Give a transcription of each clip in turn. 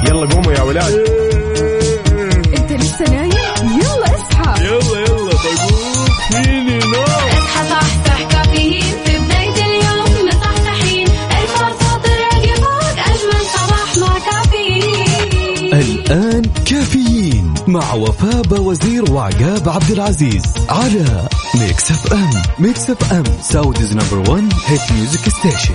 يلا قوموا يا ولاد. انت لسه نايم؟ يلا اصحى. يلا بقوم فيني نوم. اصحى صحصح كافيين في بداية اليوم مصحصحين. الفرصة تراقي فوق أجمل صباح مع كافيين. الآن كافيين مع وفاء بوزير وعقاب عبد العزيز على ميكس اف ام. ميكس اف ام سعوديز نمبر 1 هيت ميوزك ستيشن.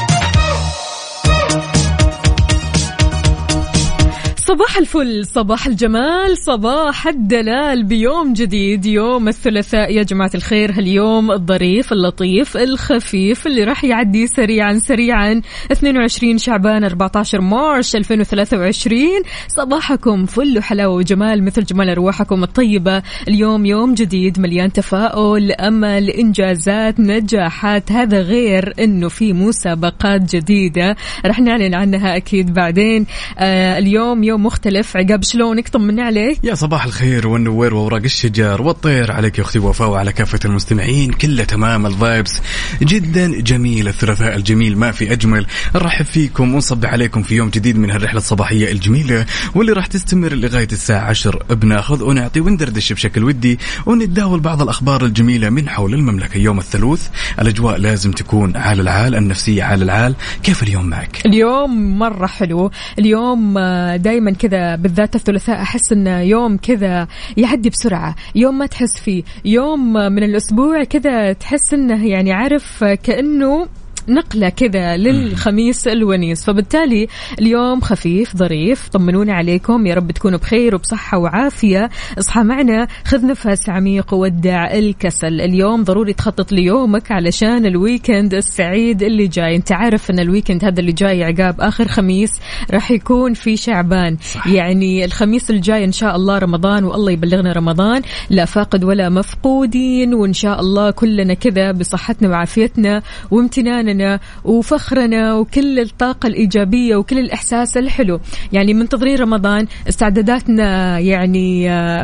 صباح الفل، صباح الجمال، صباح الدلال بيوم جديد، يوم الثلاثاء يا جماعة الخير. هاليوم الظريف اللطيف الخفيف اللي راح يعدي سريعا 22 شعبان 14 مارس 2023. صباحكم فل وحلاوة وجمال مثل جمال أرواحكم الطيبة. اليوم يوم جديد مليان تفاؤل، أمل، إنجازات، نجاحات. هذا غير أنه في مسابقات جديدة راح نعلن عنها أكيد بعدين. اليوم يوم مختلف. عقاب شلونك؟ طمنا عليك. يا صباح الخير والنوير وورق الشجر والطير عليك يا أختي وفاء وعلى كافة المستمعين. كله تمام، الفايبس جدا جميل. الثلاثاء الجميل ما في أجمل. نرحب فيكم ونصبح عليكم في يوم جديد من هالرحلة الصباحية الجميلة واللي راح تستمر لغاية الساعة 10. بناخذ ونعطي وندردش بشكل ودي ونتداول بعض الأخبار الجميلة من حول المملكة. يوم الثلاث الأجواء لازم تكون عال العال، النفسية عال العال. كيف اليوم معك؟ اليوم مرة حلو. اليوم دايما كذا بالذات الثلاثاء أحس إنه يوم كذا يعدي بسرعة، يوم ما تحس فيه، يوم من الأسبوع كذا تحس إنه يعني عارف كأنه نقلة كذا للخميس الونيس. فبالتالي اليوم خفيف ظريف. طمنونا عليكم، يا رب تكونوا بخير وبصحة وعافية. اصحى معنا، خذ نفس عميق وودع الكسل. اليوم ضروري تخطط ليومك علشان الويكند السعيد اللي جاي. انت عارف ان الويكند هذا اللي جاي عقاب آخر خميس راح يكون في شعبان. صح. يعني الخميس الجاي ان شاء الله رمضان، والله يبلغنا رمضان لا فاقد ولا مفقودين. وان شاء الله كلنا كذا بصحتنا وعافيتنا وامتناننا وفخرنا وكل الطاقة الإيجابية وكل الإحساس الحلو. يعني منتظرين رمضان، استعداداتنا يعني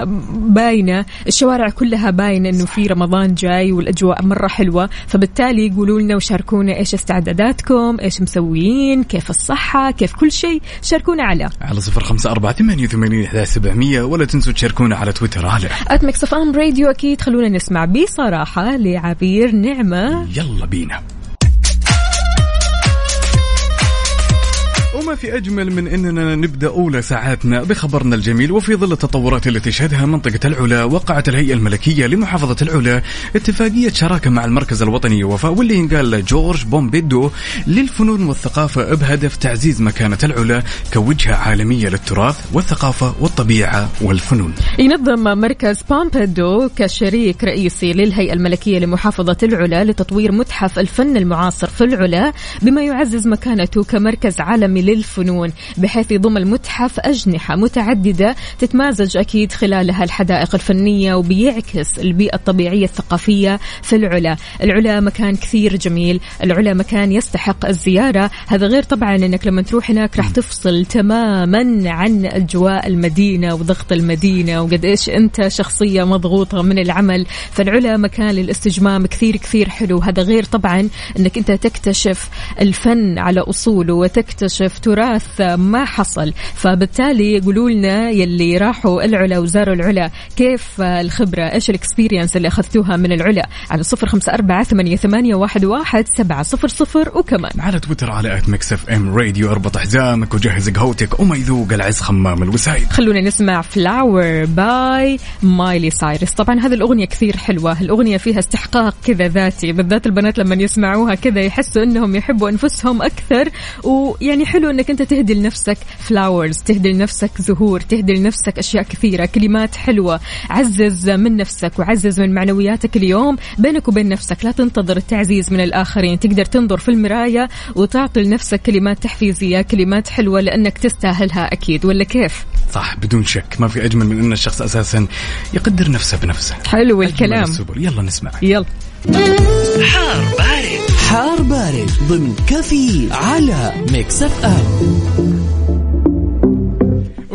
باينة، الشوارع كلها باينة إنه في رمضان جاي والأجواء مرة حلوة. فبالتالي قولوا لنا وشاركونا إيش استعداداتكم، إيش مسويين، كيف الصحة، كيف كل شيء. شاركونا على 0548811700 ولا تنسوا تشاركونا على تويتر على @mixfm_radio. أكيد خلونا نسمع بصراحة لعبير نعمة. يلا بينا. وما في أجمل من أننا نبدأ أولى ساعاتنا بخبرنا الجميل. وفي ظل التطورات التي تشهدها منطقة العلا، وقعت الهيئة الملكية لمحافظة العلا اتفاقية شراكة مع المركز الوطني وفاء واللي ينقال جورج بومبيدو للفنون والثقافة بهدف تعزيز مكانة العلا كوجهة عالمية للتراث والثقافة والطبيعة والفنون. ينظم مركز بومبيدو كشريك رئيسي للهيئة الملكية لمحافظة العلا لتطوير متحف الفن المعاصر في العلا بما يعزز مكانته كمركز عالمي للفنون، بحيث يضم المتحف أجنحة متعددة تتمازج أكيد خلالها الحدائق الفنية وبيعكس البيئة الطبيعية الثقافية في العلا. العلا مكان كثير جميل، العلا مكان يستحق الزيارة. هذا غير طبعا أنك لما تروح هناك راح تفصل تماما عن أجواء المدينة وضغط المدينة وقد إيش أنت شخصية مضغوطة من العمل. فالعلا مكان للاستجمام كثير كثير حلو. هذا غير طبعا أنك أنت تكتشف الفن على أصوله وتكتشف تراث ما حصل. فبالتالي يقولوا لنا يلي راحوا العلا وزاروا العلا كيف الخبرة، ايش الاكسبيرينس اللي اخذتوها من العلا على 0548811700 وكمان على تويتر على @mixfmradio. اربط حزامك وجهز قهوتك وما يذوق العز خمام الوسايد. خلونا نسمع فلاور باي مايلي سايرس. طبعا هذه الأغنية كثير حلوة، الأغنية فيها استحقاق كذا ذاتي، بالذات البنات لما يسمعوها كذا يحسوا انهم يحبوا انفسهم اكثر. ويعني حلو انك انت تهدي لنفسك فلاورز، تهدي لنفسك زهور، تهدي لنفسك اشياء كثيره، كلمات حلوه. عزز من نفسك وعزز من معنوياتك اليوم بينك وبين نفسك. لا تنتظر التعزيز من الاخرين، تقدر تنظر في المرايه وتعطي لنفسك كلمات تحفيزيه، كلمات حلوه، لانك تستاهلها اكيد. ولا كيف؟ صح، بدون شك. ما في اجمل من ان الشخص اساسا يقدر نفسه بنفسه. حلو الكلام. يلا نسمع. يلا. حار بارد، حار بارد ضمن كفي على ميكس اف ام.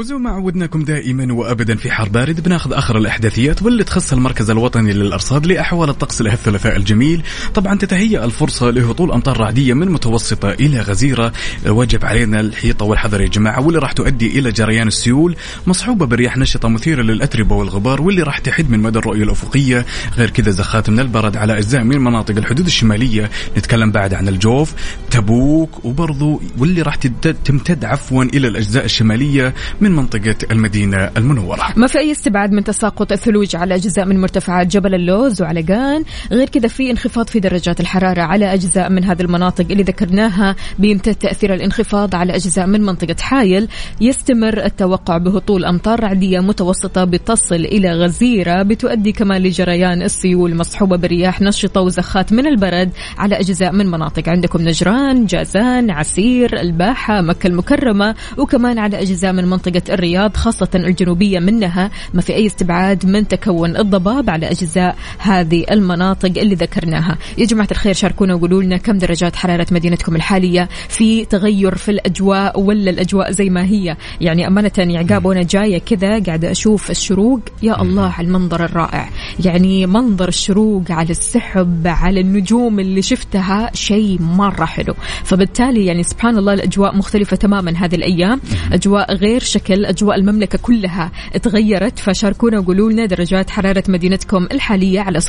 وزي ما عودناكم دائما وابدا في حر بارد بناخذ اخر الاحداثيات واللي تخص المركز الوطني للارصاد لاحوال الطقس لهالثلاثاء الجميل. طبعا تتهيأ الفرصه لهطول امطار رعديه من متوسطه الى غزيره، وجب علينا الحيطه والحذر يا جماعه، واللي راح تؤدي الى جريان السيول مصحوبه برياح نشطه مثيره للاتربه والغبار، واللي راح تحد من مدى الرؤيه الافقيه. غير كذا زخات من البرد على اجزاء من مناطق الحدود الشماليه، نتكلم بعد عن الجوف، تبوك، وبرضو واللي راح تمتد عفوا الى الاجزاء الشماليه من منطقه المدينه المنوره. ما في اي استبعاد من تساقط الثلوج على اجزاء من مرتفعات جبل اللوز وعلقان. غير كذا في انخفاض في درجات الحراره على اجزاء من هذه المناطق اللي ذكرناها، بيمتد تاثير الانخفاض على اجزاء من منطقه حايل. يستمر التوقع بهطول امطار رعديه متوسطه بتصل الى غزيره، بتؤدي كمان لجريان السيول مصحوبه برياح نشطه وزخات من البرد على اجزاء من مناطق عندكم نجران، جازان، عسير، الباحه، مكه المكرمه، وكمان على اجزاء من منطقه الرياض خاصه الجنوبيه منها. ما في اي استبعاد من تكون الضباب على اجزاء هذه المناطق اللي ذكرناها. يا جماعه الخير شاركونا وقولوا لنا كم درجات حراره مدينتكم الحاليه، في تغير في الاجواء ولا الاجواء زي ما هي؟ يعني امانه يا عقاب وانا جايه كذا قاعده اشوف الشروق، يا الله على المنظر الرائع، يعني منظر الشروق على السحب على النجوم اللي شفتها شيء مره حلو. فبالتالي يعني سبحان الله الاجواء مختلفه تماما هذه الايام، اجواء غير شكل، اجواء المملكه كلها تغيرت. فشاركونا وقولوا لنا درجات حراره مدينتكم الحاليه على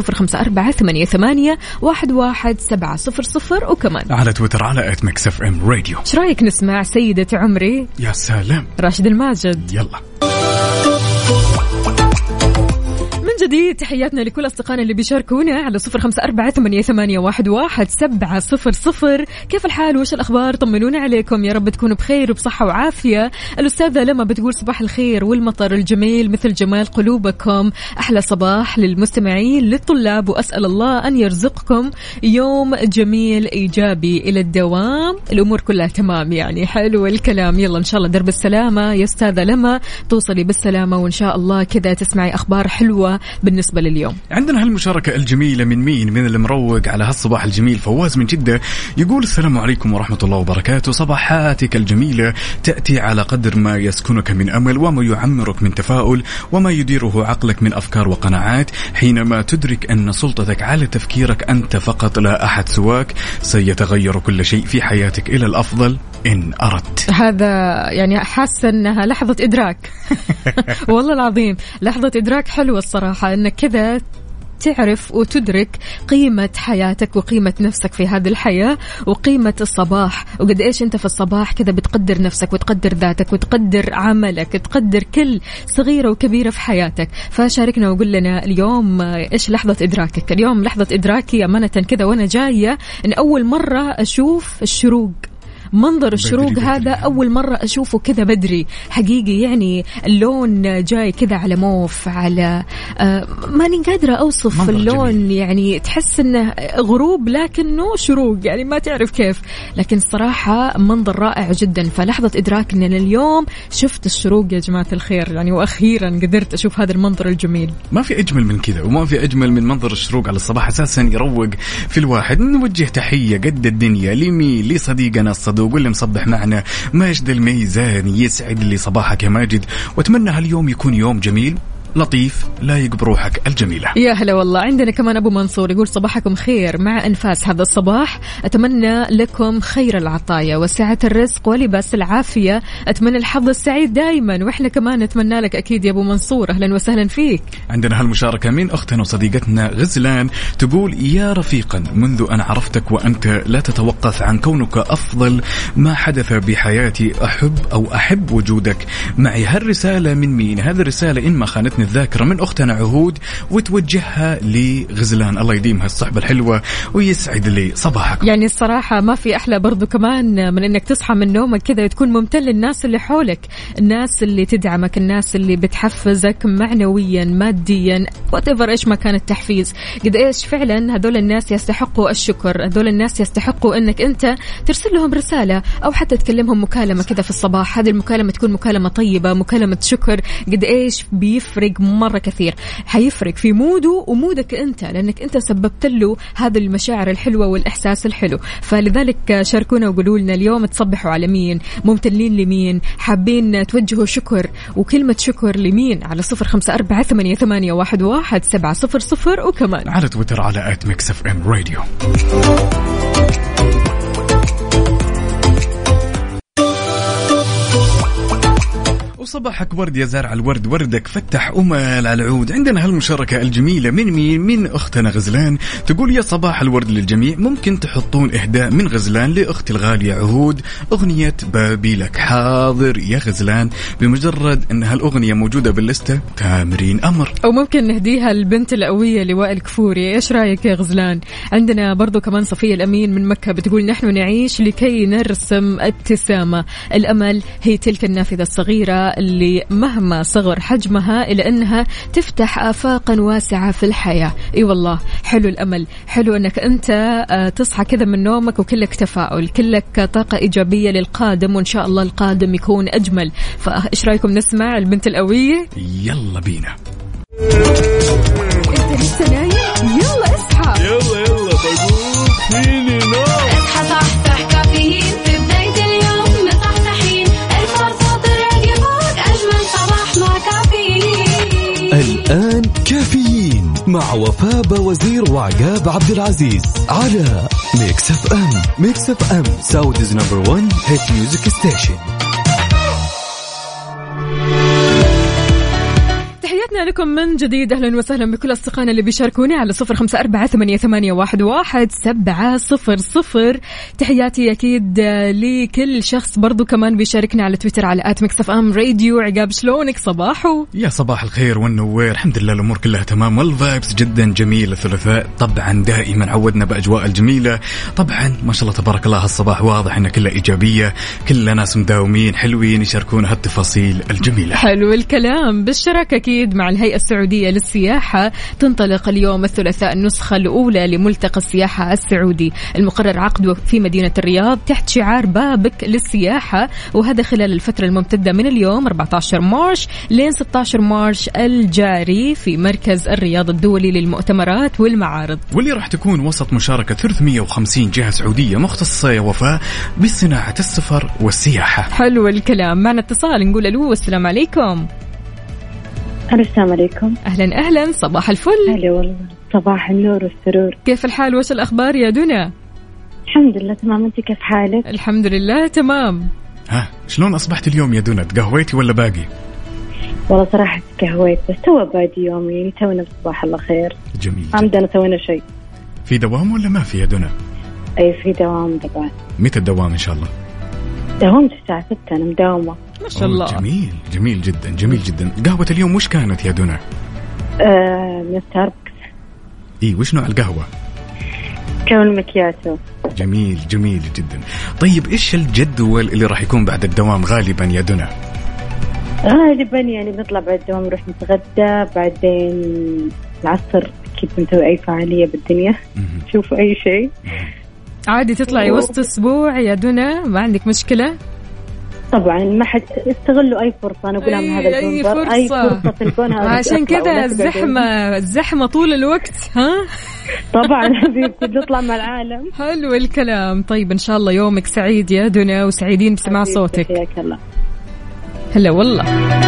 0548811700 وكمان على تويتر على @mixfmradio. ايش رايك نسمع سيدة عمري؟ يا سلام، راشد الماجد. يلا من جديد تحياتنا لكل أصدقائنا اللي بيشاركونا على 0548811700. كيف الحال وش الأخبار؟ طمنونا عليكم، يا رب تكونوا بخير وبصحة وعافية. الأستاذة لما بتقول صباح الخير والمطر الجميل مثل جمال قلوبكم. أحلى صباح للمستمعين للطلاب، وأسأل الله أن يرزقكم يوم جميل إيجابي إلى الدوام. الأمور كلها تمام يعني، حلو الكلام. يلا إن شاء الله درب السلامة يا أستاذة لما، توصلي بالسلامة وإن شاء الله كذا تسمعي أخبار حلوة بالنسبة لليوم. عندنا هالمشاركة الجميلة من مين؟ من المروق على هالصباح الجميل. فواز من جدة يقول السلام عليكم ورحمة الله وبركاته، صباحاتك الجميلة تأتي على قدر ما يسكنك من أمل وما يعمرك من تفاؤل وما يديره عقلك من أفكار وقناعات. حينما تدرك أن سلطتك على تفكيرك أنت فقط لا أحد سواك، سيتغير كل شيء في حياتك إلى الأفضل إن أردت. هذا يعني حاسة أنها لحظة إدراك والله العظيم لحظة إدراك حلوة الصراحة، أنك كذا تعرف وتدرك قيمة حياتك وقيمة نفسك في هذه الحياة وقيمة الصباح، وقد إيش أنت في الصباح كذا بتقدر نفسك وتقدر ذاتك وتقدر عملك، تقدر كل صغيرة وكبيرة في حياتك. فشاركنا وقول لنا اليوم إيش لحظة إدراكك. اليوم لحظة إدراكي أمانة كذا وأنا جاية إن أول مرة أشوف الشروق، منظر الشروق هذا أول مرة أشوفه كذا بدري حقيقي، يعني اللون جاي كذا على موف، على ماني قادرة أوصف اللون جميل. يعني تحس إنه غروب لكنه شروق، يعني ما تعرف كيف، لكن الصراحة منظر رائع جدا. فلحظة إدراك إن اليوم شفت الشروق يا جماعة الخير، يعني وأخيرا قدرت أشوف هذا المنظر الجميل. ما في أجمل من كذا وما في أجمل من منظر الشروق على الصباح، أساسا يروق في الواحد. نوجه تحية قد الدنيا لمين؟ لصديقنا الصدوق واللي مصبح معنا ماجد الميزان. يسعد لي صباحك يا ماجد، واتمنى هاليوم يكون يوم جميل لطيف لايق بروحك الجميلة. يا هلا والله. عندنا كمان أبو منصور يقول صباحكم خير مع أنفاس هذا الصباح، أتمنى لكم خير العطايا وسعة الرزق ولباس العافية، أتمنى الحظ السعيد دايما، وإحنا كمان نتمنى لك أكيد يا أبو منصور. أهلا وسهلا فيك. عندنا هالمشاركة من أختنا وصديقتنا غزلان تقول يا رفيقا، منذ أن عرفتك وأنت لا تتوقف عن كونك أفضل ما حدث بحياتي، أحب وجودك معي. هالرسالة من مين؟ هذه الرسالة إن ما خانتني الذاكرة من أختنا عهود، وتوجهها لغزلان. الله يديمها الصحبة الحلوة ويسعد لي صباحك. يعني الصراحة ما في أحلى برضو كمان من أنك تصحى من نومك كذا وتكون ممتن للناس اللي حولك، الناس اللي تدعمك، الناس اللي بتحفزك معنويا ماديا whatever إيش ما كان التحفيز. قد إيش فعلا هذول الناس يستحقوا الشكر، هذول الناس يستحقوا أنك أنت ترسل لهم رسالة أو حتى تكلمهم مكالمة كذا في الصباح. هذه المكالمة تكون مكالمة طيبة، مكالمة شكر. قد إيش بيفرق حيفرق مرة كثير، حيفرق في موده ومودك أنت، لأنك أنت سببت له هذه المشاعر الحلوة والإحساس الحلو. فلذلك شاركونا وقولوا لنا اليوم تصبحوا على مين، ممتنين لمين، حابين توجهوا شكر وكلمة شكر لمين على 0548811700 وكمان على تويتر على @mixfmradio. وصباحك ورد يا زارع الورد، وردك فتح أمل على العود. عندنا هالمشاركة الجميلة من مين؟ من أختنا غزلان، تقول يا صباح الورد للجميع، ممكن تحطون إهداء من غزلان لأختي الغالية عهود، أغنية بابي لك. حاضر يا غزلان، بمجرد أن هالأغنية موجودة باللستة تامرين أمر. أو ممكن نهديها البنت القوية لواء الكفوري. إيش رأيك يا غزلان؟ عندنا برضو كمان صفية الأمين من مكة بتقول نحن نعيش لكي نرسم ابتسامة، الأمل هي تلك النافذة الصغيرة اللي مهما صغر حجمها إلا أنها تفتح آفاقا واسعة في الحياة. إي والله حلو الأمل، حلو أنك أنت تصحى كذا من نومك وكلك تفاؤل، كلك طاقة إيجابية للقادم، وإن شاء الله القادم يكون أجمل. فإيش رأيكم نسمع البنت القوية؟ يلا بينا. أنت لسه نايم؟ يلا اصحى. يلا بقول فيني نو. اصحى صحصح كافيين في بداية اليوم مصحصحين، الفرصة تراقي فوق أجمل صباح مع كافيين. الآن كافيين مع وفاء وزير وعقاب عبد العزيز على ميكس اف ام. ميكس اف ام سعوديز نمبر 1 هيت ميوزك ستيشن. تحياتنا لكم من جديد، أهلا وسهلا بكل أصدقائنا اللي بيشاركوني على 0548811700. تحياتي أكيد لكل شخص برضو كمان بيشاركنا على تويتر على @mixfmradio. عقاب شلونك صباحو؟ يا صباح الخير والنوير، الحمد لله الأمور كلها تمام والفايبس جدا جميلة. الثلاثاء طبعا دائما عودنا بأجواء الجميلة، طبعا ما شاء الله تبارك الله هالصباح واضح إن كلها إيجابية، كل ناس مداومين حلوين يشاركونا هالتفاصيل الجميلة. حلو الكلام. بالشراكة أكيد مع الهيئة السعودية للسياحة تنطلق اليوم الثلاثاء النسخة الأولى لملتقى السياحة السعودي المقرر عقده في مدينة الرياض تحت شعار بابك للسياحة، وهذا خلال الفترة الممتدة من اليوم 14 مارس لين 16 مارس الجاري في مركز الرياض الدولي للمؤتمرات والمعارض، واللي راح تكون وسط مشاركة 350 جهة سعودية مختصة يا وفاء بصناعة السفر والسياحة. حلو الكلام. معنا اتصال، نقول ألو والسلام عليكم. السلام عليكم. أهلا صباح الفل. هلا والله، صباح النور والسرور. كيف الحال وش الأخبار يا دنا؟ الحمد لله تمام، أنت كيف حالك؟ الحمد لله تمام. ها شلون أصبحت اليوم يا دنا؟ تقهويتي ولا باقي؟ والله صراحة تقهويت بس تو بادي يومي، يعني تونا بصباح الله خير. جميل. عندنا سوينا شيء. في دوام ولا ما في يا دنا؟ أي في دوام طبعا. متى الدوام إن شاء الله؟ داومت الساعة 6 أنا مداومة. ما شاء الله. جميل جميل جدا جميل جدا. قهوة اليوم وش كانت يا دنا؟ من ستاربكس. إيه وش نوع القهوة؟ كون مكياتو. جميل جميل جدا. طيب إيش الجدول اللي راح يكون بعد الدوام غالبا يا دنا؟ غالبا يعني بنطلع بعد الدوام نروح نتغدى، بعدين العصر أكيد بنسوي أي فعالية بالدنيا، شوفوا أي شيء. عادي تطلعي وسط أسبوع يا دنا، ما عندك مشكلة؟ طبعا ما حد استغلوا أي فرصة. أنا أقول من هذا المنبر أي فرصة تلقونها عشان كذا الزحمة طول الوقت. ها طبعا حبيبتي نطلع مع العالم. حلو الكلام. طيب إن شاء الله يومك سعيد يا دنا، وسعيدين بسماع صوتك. حياك الله. هلا والله.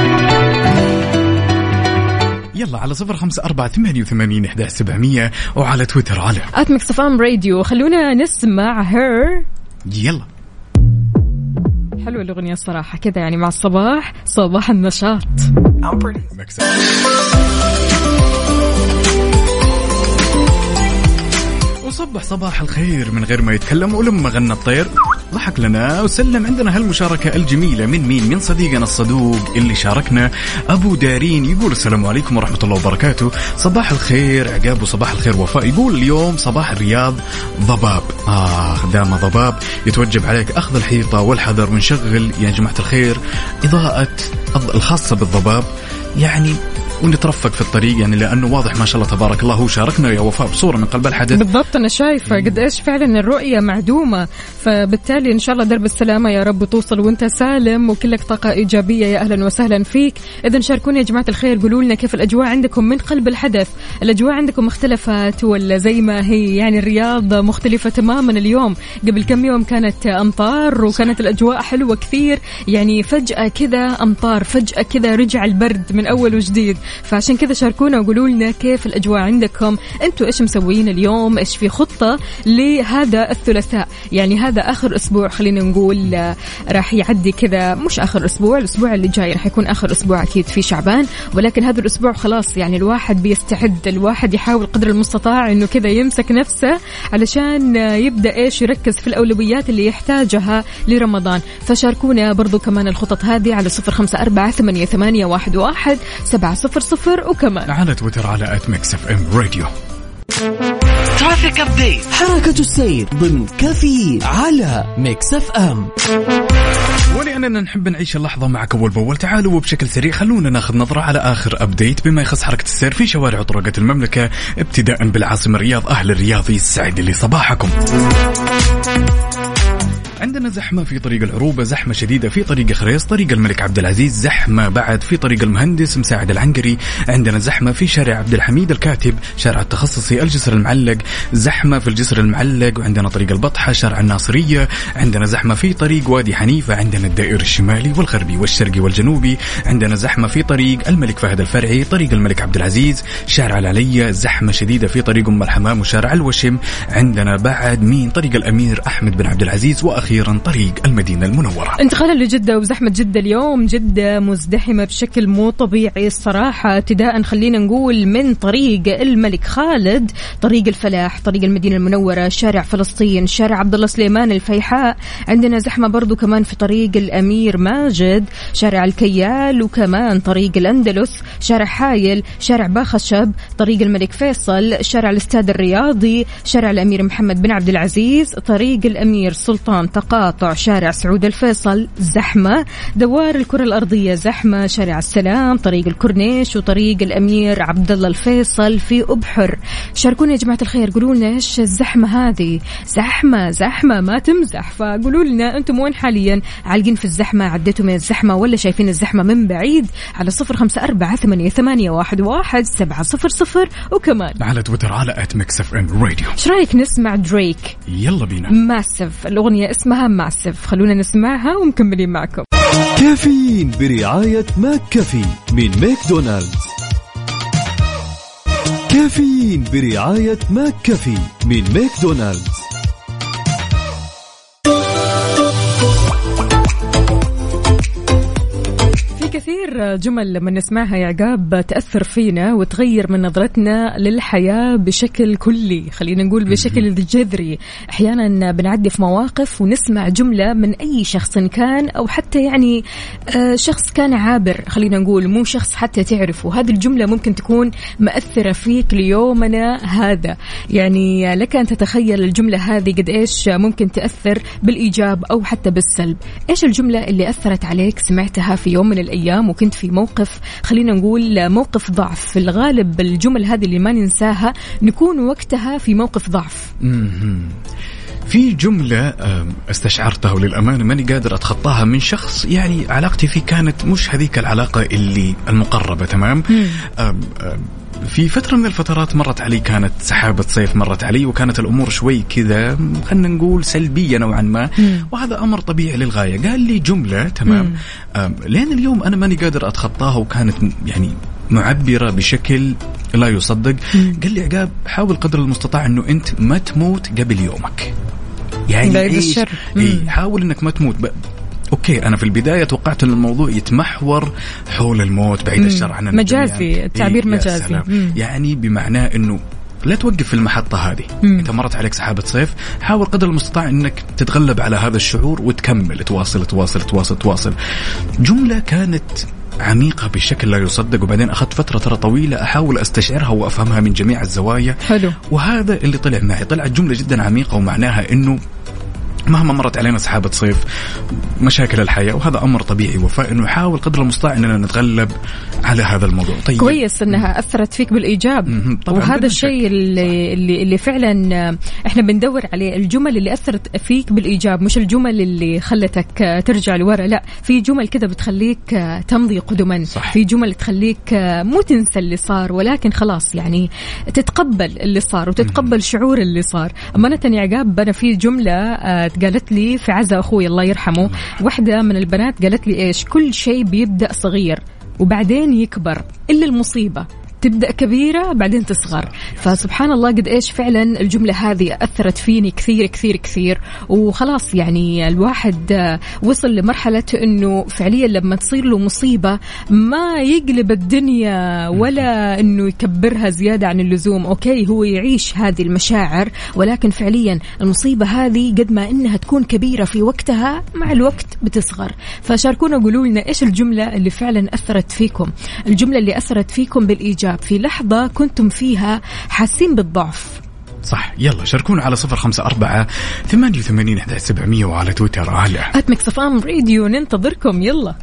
يلا على 0548811700 وعلى تويتر على @mixfmradio. خلونا نسمع her. يلا. حلوة الأغنية الصراحة كذا، يعني مع الصباح صباح النشاط. وصبح صباح الخير من غير ما يتكلم، ولما غنى الطير ضحك لنا وسلم. عندنا هالمشاركة الجميلة من مين؟ من صديقنا الصدوق اللي شاركنا أبو دارين، يقول السلام عليكم ورحمة الله وبركاته. صباح الخير عقاب وصباح الخير وفاء. يقول اليوم صباح الرياض ضباب. دام ضباب يتوجب عليك أخذ الحيطة والحذر، ونشغل يا جماعة الخير إضاءة الخاصة بالضباب، يعني ونترفق في الطريق يعني، لأنه واضح ما شاء الله تبارك الله. هو شاركنا يا وفاء بصورة من قلب الحدث. بالضبط، أنا شايفة قد إيش فعلا الرؤية معدومة، فبالتالي إن شاء الله درب السلامة يا رب توصل وأنت سالم وكلك طاقة إيجابية. يا أهلا وسهلا فيك. إذن شاركوني يا جماعة الخير، قولوا لنا كيف الأجواء عندكم من قلب الحدث. الأجواء عندكم اختلفت ولا زي ما هي؟ يعني الرياض مختلفة تماما اليوم، قبل كم يوم كانت أمطار وكانت الأجواء حلوة كثير، يعني فجأة كذا أمطار، فجأة كذا رجع البرد من أول وجديد. فعشان كذا شاركونا وقولوا لنا كيف الأجواء عندكم، أنتوا إيش مسويين اليوم، إيش في خطة لهذا الثلاثاء. يعني هذا آخر أسبوع خلينا نقول راح يعدي كذا، مش آخر أسبوع، الأسبوع اللي جاي راح يكون آخر أسبوع أكيد في شعبان، ولكن هذا الأسبوع خلاص يعني الواحد بيستعد، الواحد يحاول قدر المستطاع إنه كذا يمسك نفسه علشان يبدأ إيش يركز في الأولويات اللي يحتاجها لرمضان. فشاركونا برضو كمان الخطط هذه على 0548811700 وكمان على تويتر على @mixfm radio. ترافيك أبديت، حركة السير ضمن كافيين على ميكس اف ام. ولأننا نحب نعيش اللحظة معك أول بأول، تعالوا وبشكل سريع خلونا ناخذ نظرة على آخر أبديت بما يخص حركة السير في شوارع وطرقات المملكة، ابتداء بالعاصمة الرياض. أهل الرياض يسعد لي صباحكم. عندنا زحمة في طريق العروبة، زحمة شديدة في طريق خريص، طريق الملك عبد العزيز، زحمة بعد في طريق المهندس مساعد العنقري، عندنا زحمة في شارع عبد الحميد الكاتب، شارع التخصصي، الجسر المعلق، زحمة في الجسر المعلق، وعندنا طريق البطحة، شارع الناصرية، عندنا زحمة في طريق وادي حنيفة، عندنا الدائري الشمالي والغربي والشرقي والجنوبي، عندنا زحمة في طريق الملك فهد الفرعي، طريق الملك عبد العزيز، شارع العلية، زحمة شديدة في طريق أم الحمام وشارع الوشم، عندنا بعد طريق الأمير أحمد بن عبد العزيز، وأخيرا طريق المدينة المنورة. انتقالا لجدة وزحمة جدة اليوم، جدة مزدحمة بشكل مو طبيعي الصراحة. ابتداء خلينا نقول من طريق الملك خالد، طريق الفلاح، طريق المدينة المنورة، شارع فلسطين، شارع عبد الله سليمان الفيحاء، عندنا زحمة برضو كمان في طريق الأمير ماجد، شارع الكيال، وكمان طريق الأندلس، شارع حايل، شارع باخشب، طريق الملك فيصل، شارع الاستاد الرياضي، شارع الأمير محمد بن عبد العزيز، طريق الأمير سلطان تقاطع، شارع سعود الفيصل زحمة، دوار الكرة الأرضية زحمة، شارع السلام، طريق الكورنيش، وطريق الأمير عبد الله الفيصل في أبحر. شاركونا يا جماعة الخير، قولوا لنا إيش الزحمة هذه، زحمة ما تمزح. فقولوا لنا أنتم وين حاليا، عالقين في الزحمة، عديتوا من الزحمة ولا شايفين الزحمة من بعيد؟ على 0548811700 وكمان على تويتر على @mixfm radio. إيش رأيك نسمع دريك؟ يلا بينا. ماسف، الأغنية اسمها ماسف، خلونا نسمعها ومكملين معكم. كافيين برعاية ماك كافي من ماكدونالدز. كافيين برعاية ماك كافي من ماكدونالدز. كثير جمل لما نسمعها يا عقاب تأثر فينا وتغير من نظرتنا للحياة بشكل كلي، خلينا نقول بشكل جذري. أحيانا بنعدي في مواقف ونسمع جملة من أي شخص كان، أو حتى يعني شخص كان عابر، خلينا نقول مو شخص حتى تعرفه، هذه الجملة ممكن تكون مأثرة فيك ليومنا هذا. يعني لك أن تتخيل الجملة هذه قد إيش ممكن تأثر بالإيجاب أو حتى بالسلب. إيش الجملة اللي أثرت عليك، سمعتها في يوم من الأيام وكنت في موقف، خلينا نقول موقف ضعف؟ في الغالب الجمل هذه اللي ما ننساها نكون وقتها في موقف ضعف. في جملة استشعرتها وللأمانة ماني قادر أتخطاها من شخص يعني علاقتي فيه كانت مش هذيك العلاقة اللي المقربة، تمام؟ في فترة من الفترات مرت علي، كانت سحابة صيف مرت علي، وكانت الأمور شوي كذا خلنا نقول سلبية نوعا ما، وهذا أمر طبيعي للغاية. قال لي جملة، تمام، لين اليوم أنا ماني قادر أتخطاها، وكانت يعني معبرة بشكل لا يصدق. قال لي عقاب، حاول قدر المستطاع أنه أنت ما تموت قبل يومك. يعني إيش؟ حاول أنك ما تموت. أوكي، أنا في البداية توقعت أن الموضوع يتمحور حول الموت، بعيد الشر عن مجازي، التعبير مجازي، يعني بمعنى أنه لا توقف في المحطة هذه. أنت مرت عليك سحابة صيف، حاول قدر المستطاع أنك تتغلب على هذا الشعور وتكمل، تواصل. جملة كانت عميقة بشكل لا يصدق، وبعدين أخذت فترة ترى طويلة أحاول أستشعرها وأفهمها من جميع الزوايا. حلو. وهذا اللي طلع معي، طلعت جملة جدا عميقة، ومعناها أنه مهما مرت علينا سحابة صيف مشاكل الحياة، وهذا أمر طبيعي وفاء، إنه نحاول قدر المستطاع إننا نتغلب على هذا الموضوع. طيب كويس إنها أثرت فيك بالإيجاب، وهذا الشيء اللي فعلا إحنا بندور عليه، الجمل اللي أثرت فيك بالإيجاب، مش الجمل اللي خلتك ترجع لورا، لا، في جمل كده بتخليك تمضي قدما. صح. في جمل تخليك مو تنسى اللي صار، ولكن خلاص يعني تتقبل اللي صار وتتقبل شعور اللي صار. أمانة يا عقاب، أنا في جملة قالت لي في عزا أخوي الله يرحمه، واحدة من البنات قالت لي إيش: كل شيء بيبدأ صغير وبعدين يكبر، إلا المصيبة تبدأ كبيرة بعدين تصغر. فسبحان الله قد إيش فعلا الجملة هذه أثرت فيني كثير كثير كثير. وخلاص يعني الواحد وصل لمرحلة أنه فعليا لما تصير له مصيبة ما يقلب الدنيا ولا أنه يكبرها زيادة عن اللزوم. أوكي، هو يعيش هذه المشاعر، ولكن فعليا المصيبة هذه قد ما أنها تكون كبيرة في وقتها مع الوقت بتصغر. فشاركونا قولوا لنا إيش الجملة اللي فعلا أثرت فيكم، الجملة اللي أثرت فيكم بالإيجاب في لحظة كنتم فيها حاسين بالضعف. صح. يلا شاركونا على 0548811700 وعلى تويتر على @mixfm_radio. ننتظركم. يلا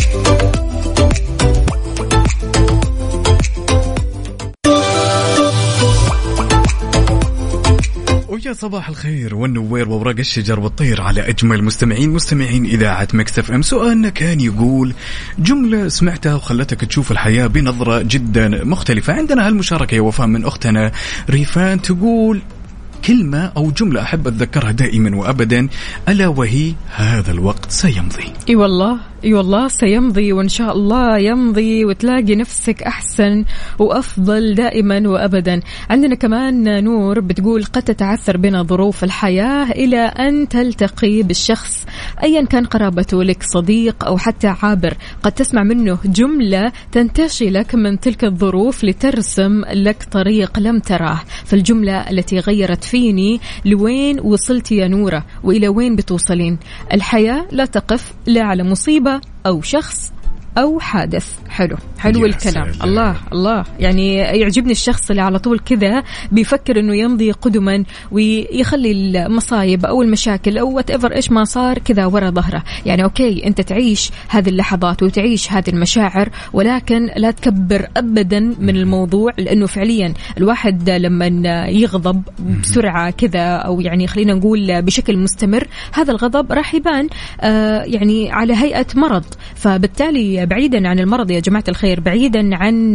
ويا صباح الخير والنوير وورق الشجر والطير على أجمل مستمعين إذاعة ميكس اف ام. سؤالنا كان يقول جملة سمعتها وخلتك تشوف الحياة بنظرة جدا مختلفة. عندنا هالمشاركة يا وفاء من أختنا ريفان، تقول كلمة أو جملة أحب أتذكرها دائما وأبدا، ألا وهي هذا الوقت سيمضي. اي والله سيمضي، وإن شاء الله يمضي وتلاقي نفسك أحسن وأفضل دائما وأبدا. عندنا كمان نور بتقول قد تتعثر بنا ظروف الحياة إلى أن تلتقي بالشخص أيا كان قرابته لك، صديق أو حتى عابر، قد تسمع منه جملة تنتشي لك من تلك الظروف لترسم لك طريق لم تراه. فالجملة التي غيرت فيني لوين وصلت يا نورة وإلى وين بتوصلين. الحياة لا تقف لا على مصيبة أو شخص أو حادث. حلو الكلام. الله يعني يعجبني الشخص اللي على طول كذا بيفكر إنه يمضي قدما ويخلي المصايب أو المشاكل أو whatever إيش ما صار كذا ورا ظهره. يعني أوكي أنت تعيش هذه اللحظات وتعيش هذه المشاعر، ولكن لا تكبر أبدا من الموضوع، لأنه فعليا الواحد لما يغضب بسرعة كذا أو يعني خلينا نقول بشكل مستمر، هذا الغضب راح يبان يعني على هيئة مرض. فبالتالي بعيدا عن المرض يا جماعة الخير، بعيدا عن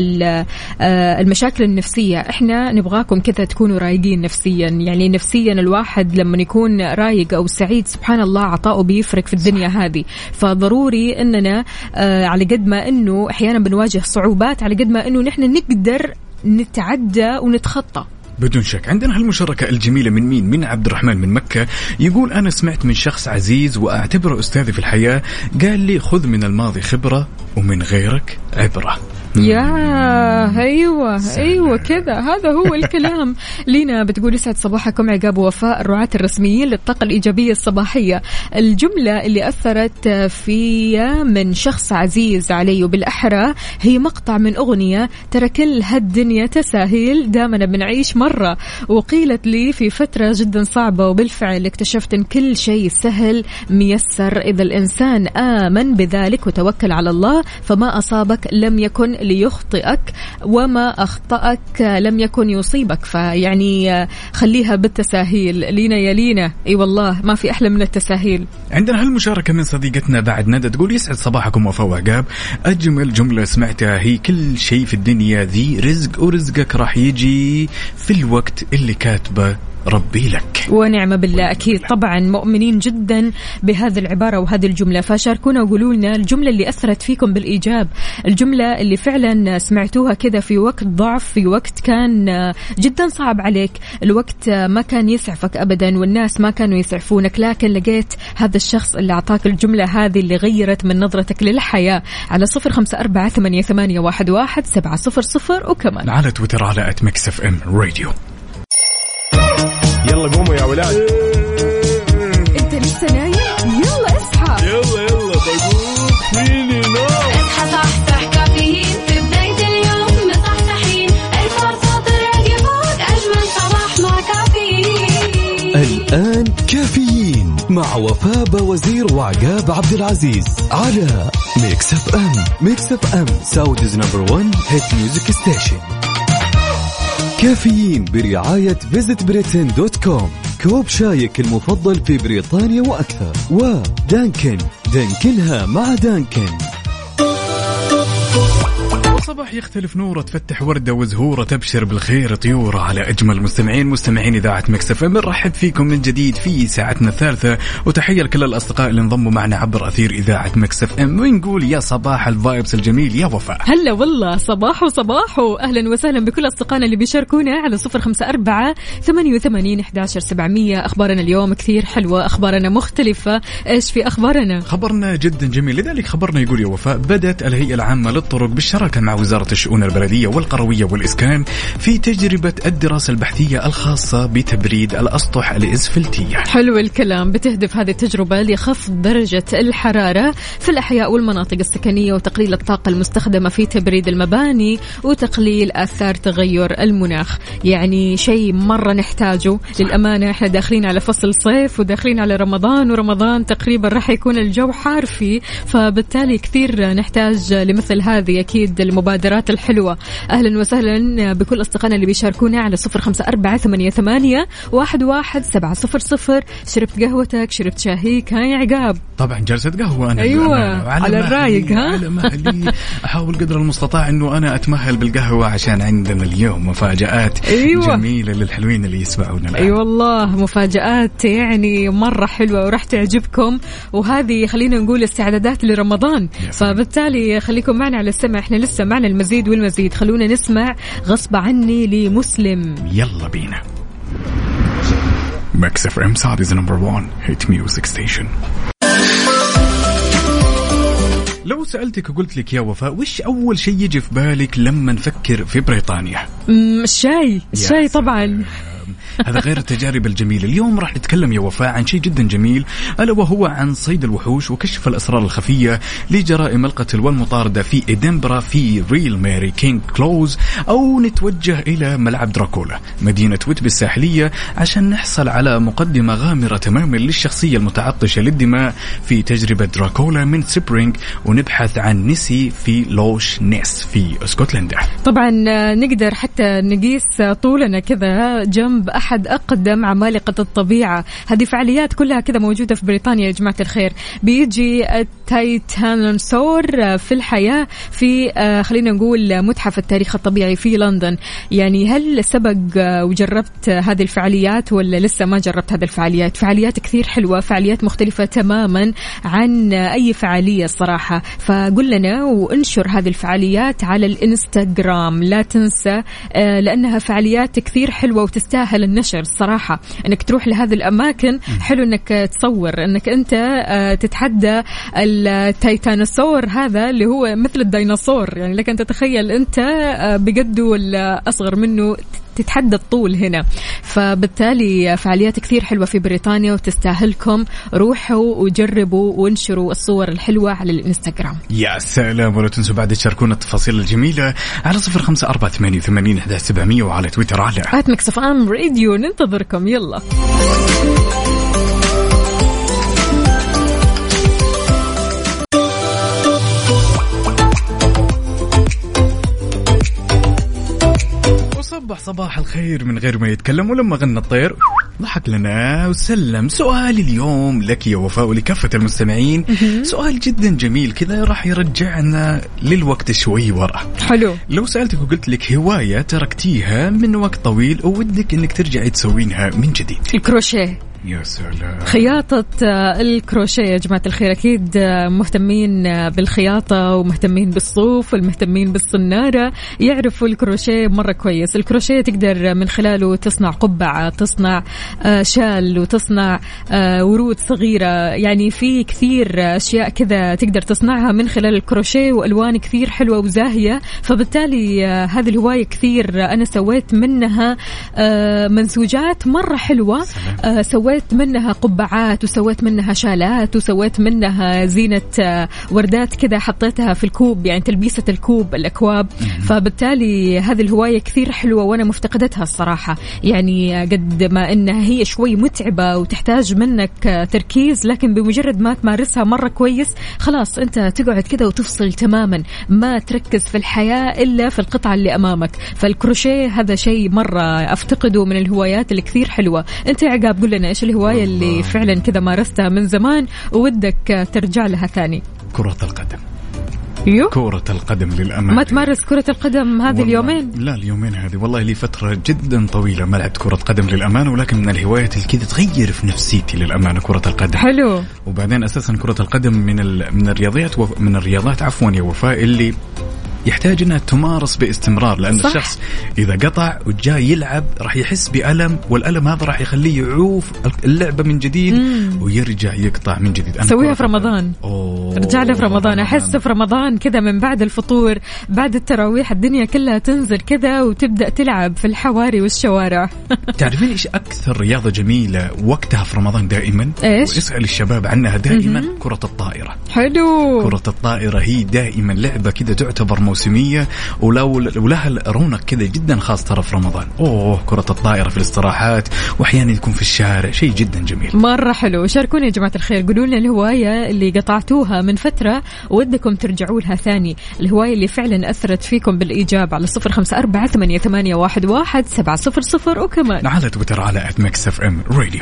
المشاكل النفسية، احنا نبغاكم كذا تكونوا رايقين نفسيا. يعني نفسيا الواحد لما يكون رايق أو سعيد سبحان الله عطاؤه بيفرق في الدنيا هذه. فضروري اننا على قد ما انه احيانا بنواجه صعوبات، على قد ما انه نحن نقدر نتعدى ونتخطى بدون شك. عندنا هالمشاركة الجميلة من مين؟ من عبد الرحمن من مكة، يقول أنا سمعت من شخص عزيز وأعتبره أستاذي في الحياة، قال لي خذ من الماضي خبرة ومن غيرك عبرة. يا أيوة كذا، هذا هو الكلام. لينا بتقول يسعد صباحكم عقاب ووفاء الرعاة الرسميين للطاقة الإيجابية الصباحية. الجملة اللي أثرت فيا من شخص عزيز علي، وبالأحرى هي مقطع من أغنية ترى كل هالدنيا تساهيل دامنا بنعيش مرة، وقيلت لي في فترة جدا صعبة، وبالفعل اكتشفت أن كل شيء سهل ميسر إذا الإنسان آمن بذلك وتوكل على الله، فما أصابك لم يكن ليخطئك وما أخطأك لم يكن يصيبك. فيعني خليها بالتساهيل. لينا يا لينا، اي والله ما في أحلى من التساهيل. عندنا هالمشاركة من صديقتنا بعد ندى، تقول يسعد صباحكم وفاء وعقاب، أجمل جملة سمعتها هي كل شيء في الدنيا ذي رزق، ورزقك راح يجي في الوقت اللي كاتبه ربي لك. ونعم بالله. أكيد طبعا مؤمنين جدا بهذه العبارة وهذه الجملة. فشاركونا وقولوا لنا الجملة اللي أثرت فيكم بالإيجاب، الجملة اللي فعلا سمعتوها كذا في وقت ضعف، في وقت كان جدا صعب عليك، الوقت ما كان يسعفك أبدا والناس ما كانوا يسعفونك، لكن لقيت هذا الشخص اللي أعطاك الجملة هذه اللي غيرت من نظرتك للحياة. على 0548811700 وكمان على تويتر على @mixfm_radio. يلا قوموا يا ولاد. انت لسه نايم؟ يلا اصحى. يلا بقوم فيني نوم. اصحى صحصح كافيين في بداية اليوم مصحصحين، الفرصة تراقي فوق أجمل صباح مع كافيين. الآن كافيين مع وفاء بوزير وعقاب عبد العزيز على ميكس اف ام. ميكس اف ام سعوديز نمبر 1 هيت ميوزك ستيشن. كافيين برعاية visitbritain.com. كوب شايك المفضل في بريطانيا وأكثر. ودانكن دانكنها مع دانكن. صباح يختلف نوره، تفتح وردة وزهورة، تبشر بالخير طيورة على أجمل مستمعين إذاعة ميكس اف ام. بنرحب فيكم من جديد في ساعتنا الثالثة، وتحية لكل الأصدقاء اللي انضموا معنا عبر أثير إذاعة ميكس اف ام، ونقول يا صباح الفايبس الجميل يا وفاء. هلا والله صباحو أهلا وسهلا بكل أصدقائنا اللي بيشاركونا على 0548811700. أخبارنا اليوم كثير حلوة، أخبارنا مختلفة. إيش في أخبارنا؟ خبرنا جدا جميل، لذلك خبرنا يقول يا وفاء: بدأت الهيئة العامة للطرق بالشراكة مع وزارة الشؤون البلدية والقروية والإسكان في تجربة الدراسة البحثية الخاصة بتبريد الأسطح الإسفلتية. حلو الكلام. بتهدف هذه التجربة لخفض درجة الحرارة في الأحياء والمناطق السكنية وتقليل الطاقة المستخدمة في تبريد المباني وتقليل آثار تغير المناخ. يعني شيء مرة نحتاجه للأمانة. احنا داخلين على فصل صيف وداخلين على رمضان، ورمضان تقريبا راح يكون الجو حار فيه، فبالتالي كثير نحتاج لمثل هذه أكيد المبادرات الحلوة. أهلا وسهلا بكل أصدقائنا اللي بيشاركونا على 0548811700. شربت قهوتك؟ شربت شاهيك؟ ها يا عقاب؟ طبعا جلسة قهوة أنا. أيوة على الرايق. ها على مهلي. أحاول قدر المستطاع أنه أنا أتمهل بالقهوة عشان عندنا اليوم مفاجآت. أيوة. جميلة للحلوين اللي يسمعونا. أي والله مفاجآت يعني مرة حلوة وراح تعجبكم، وهذه خلينا نقول استعدادات لرمضان، فبالتالي خليكم معنا على السمع. احنا لسه معنا المزيد والمزيد. خلونا نسمع غصب عني لمسلم. يلا بينا. ميكس اف ام سعوديز نمبر 1 هيت ميوزك ستيشن. لو سألتك وقلت لك يا وفاء وش أول شيء يجي في بالك لما نفكر في بريطانيا؟ الشاي طبعا. هذا غير التجارب الجميلة. اليوم راح نتكلم يا وفاء عن شيء جدا جميل، ألا وهو عن صيد الوحوش وكشف الأسرار الخفية لجرائم القتل والمطاردة في إدنبرا في ريل ماري كينج كلوز، أو نتوجه إلى ملعب دراكولا مدينة ويتبي الساحلية عشان نحصل على مقدمة غامرة تماما للشخصية المتعطشة للدماء في تجربة دراكولا من سبرينغ، ونبحث عن نيسي في لوش نيس في اسكتلندا. طبعا نقدر حتى نقيس طولنا كذا جنب أحد أقدم عمالقة الطبيعة. هذه فعاليات كلها كذا موجودة في بريطانيا يا جماعة الخير. بيجي التايتانوسور في الحياة في خلينا نقول متحف التاريخ الطبيعي في لندن. يعني هل سبق وجربت هذه الفعاليات ولا لسه ما جربت هذه الفعاليات؟ فعاليات كثير حلوة، فعاليات مختلفة تماما عن أي فعالية الصراحة. فقل لنا وانشر هذه الفعاليات على الانستغرام، لا تنسى، لأنها فعاليات كثير حلوة وتستاهل النشر الصراحة. انك تروح لهذه الأماكن، حلو انك تصور انك انت تتحدى التايتانوسور هذا اللي هو مثل الديناصور، يعني لك انت تتخيل انت بقده الأصغر منه تتحدى الطول هنا. فبالتالي فعاليات كثير حلوة في بريطانيا وتستاهلكم. روحوا وجربوا وانشروا الصور الحلوة على الانستغرام. يا سلام. ولا تنسوا بعد تشاركونا التفاصيل الجميلة على 0548811700 وعلى تويتر على @mixfmradio. ننتظركم. يلا صباح الخير من غير ما يتكلم، ولما غنى الطير ضحك لنا وسلم. سؤال اليوم لك يا وفاء ولكافة المستمعين، سؤال جدا جميل كذا راح يرجعنا للوقت شوي ورا. حلو. لو سألتك وقلت لك هواية تركتيها من وقت طويل وودك انك ترجعي تسوينها من جديد. الكروشيه. يا سلام. خياطة الكروشيه يا جماعة الخير. أكيد مهتمين بالخياطة ومهتمين بالصوف والمهتمين بالصنارة يعرفوا الكروشيه مرة كويس. الكروشيه تقدر من خلاله تصنع قبعة، تصنع شال، وتصنع ورود صغيرة. يعني في كثير أشياء كذا تقدر تصنعها من خلال الكروشيه، وألوان كثير حلوة وزاهية. فبالتالي هذه الهواية كثير أنا سويت منها منسوجات مرة حلوة. سويت سويت منها قبعات وسويت منها شالات وسويت منها زينة وردات كذا حطيتها في الكوب، يعني تلبيسة الكوب الأكواب. فبالتالي هذه الهواية كثير حلوة وأنا مفتقدتها الصراحة. يعني قد ما إنها هي شوي متعبة وتحتاج منك تركيز، لكن بمجرد ما تمارسها مرة كويس خلاص أنت تقعد كذا وتفصل تماما، ما تركز في الحياة إلا في القطعة اللي أمامك. فالكروشيه هذا شيء مرة أفتقده من الهوايات اللي كثير حلوة. أنت يا عقاب قل لنا إيش الهواية اللي فعلا كذا مارستها من زمان ودك ترجع لها ثاني؟ كرة القدم. يو؟ كرة القدم للأمانة. ما تمارس كرة القدم هذه اليومين؟ لا اليومين هذه والله لي فترة جدا طويلة ما لعبت كرة قدم للأمانة، ولكن من الهوايات اللي كذا تغير في نفسيتي للأمانة كرة القدم. حلو. وبعدين أساسا كرة القدم من الرياضات عفوا يا وفاء اللي يحتاج أنها تمارس باستمرار، لأن صح. الشخص إذا قطع وجاي يلعب راح يحس بألم، والألم هذا راح يخليه يعوف اللعبة من جديد ويرجع يقطع من جديد. سويها في رمضان. رجع لها في رمضان. أحس في رمضان كذا من بعد الفطور بعد التراويح الدنيا كلها تنزل كذا وتبدأ تلعب في الحواري والشوارع. تعرفين إيش أكثر رياضة جميلة وقتها في رمضان دائما؟ إيش؟ واسأل الشباب عنها دائما. كرة الطائرة. حلو. كرة الطائرة هي دائما لعبة كذا تعتبر موسمية ولها رونق كذا جدا خاص ترى في رمضان. كرة الطائرة في الاستراحات وأحيانا يكون في الشارع، شيء جدا جميل مرة حلو. شاركوني يا جماعة الخير، قولوا لنا الهواية اللي قطعتوها من فترة ودكم ترجعوا لها ثاني، الهواية اللي فعلا أثرت فيكم بالإيجاب على 0548811700 وكمان على تويتر على @mixfm radio.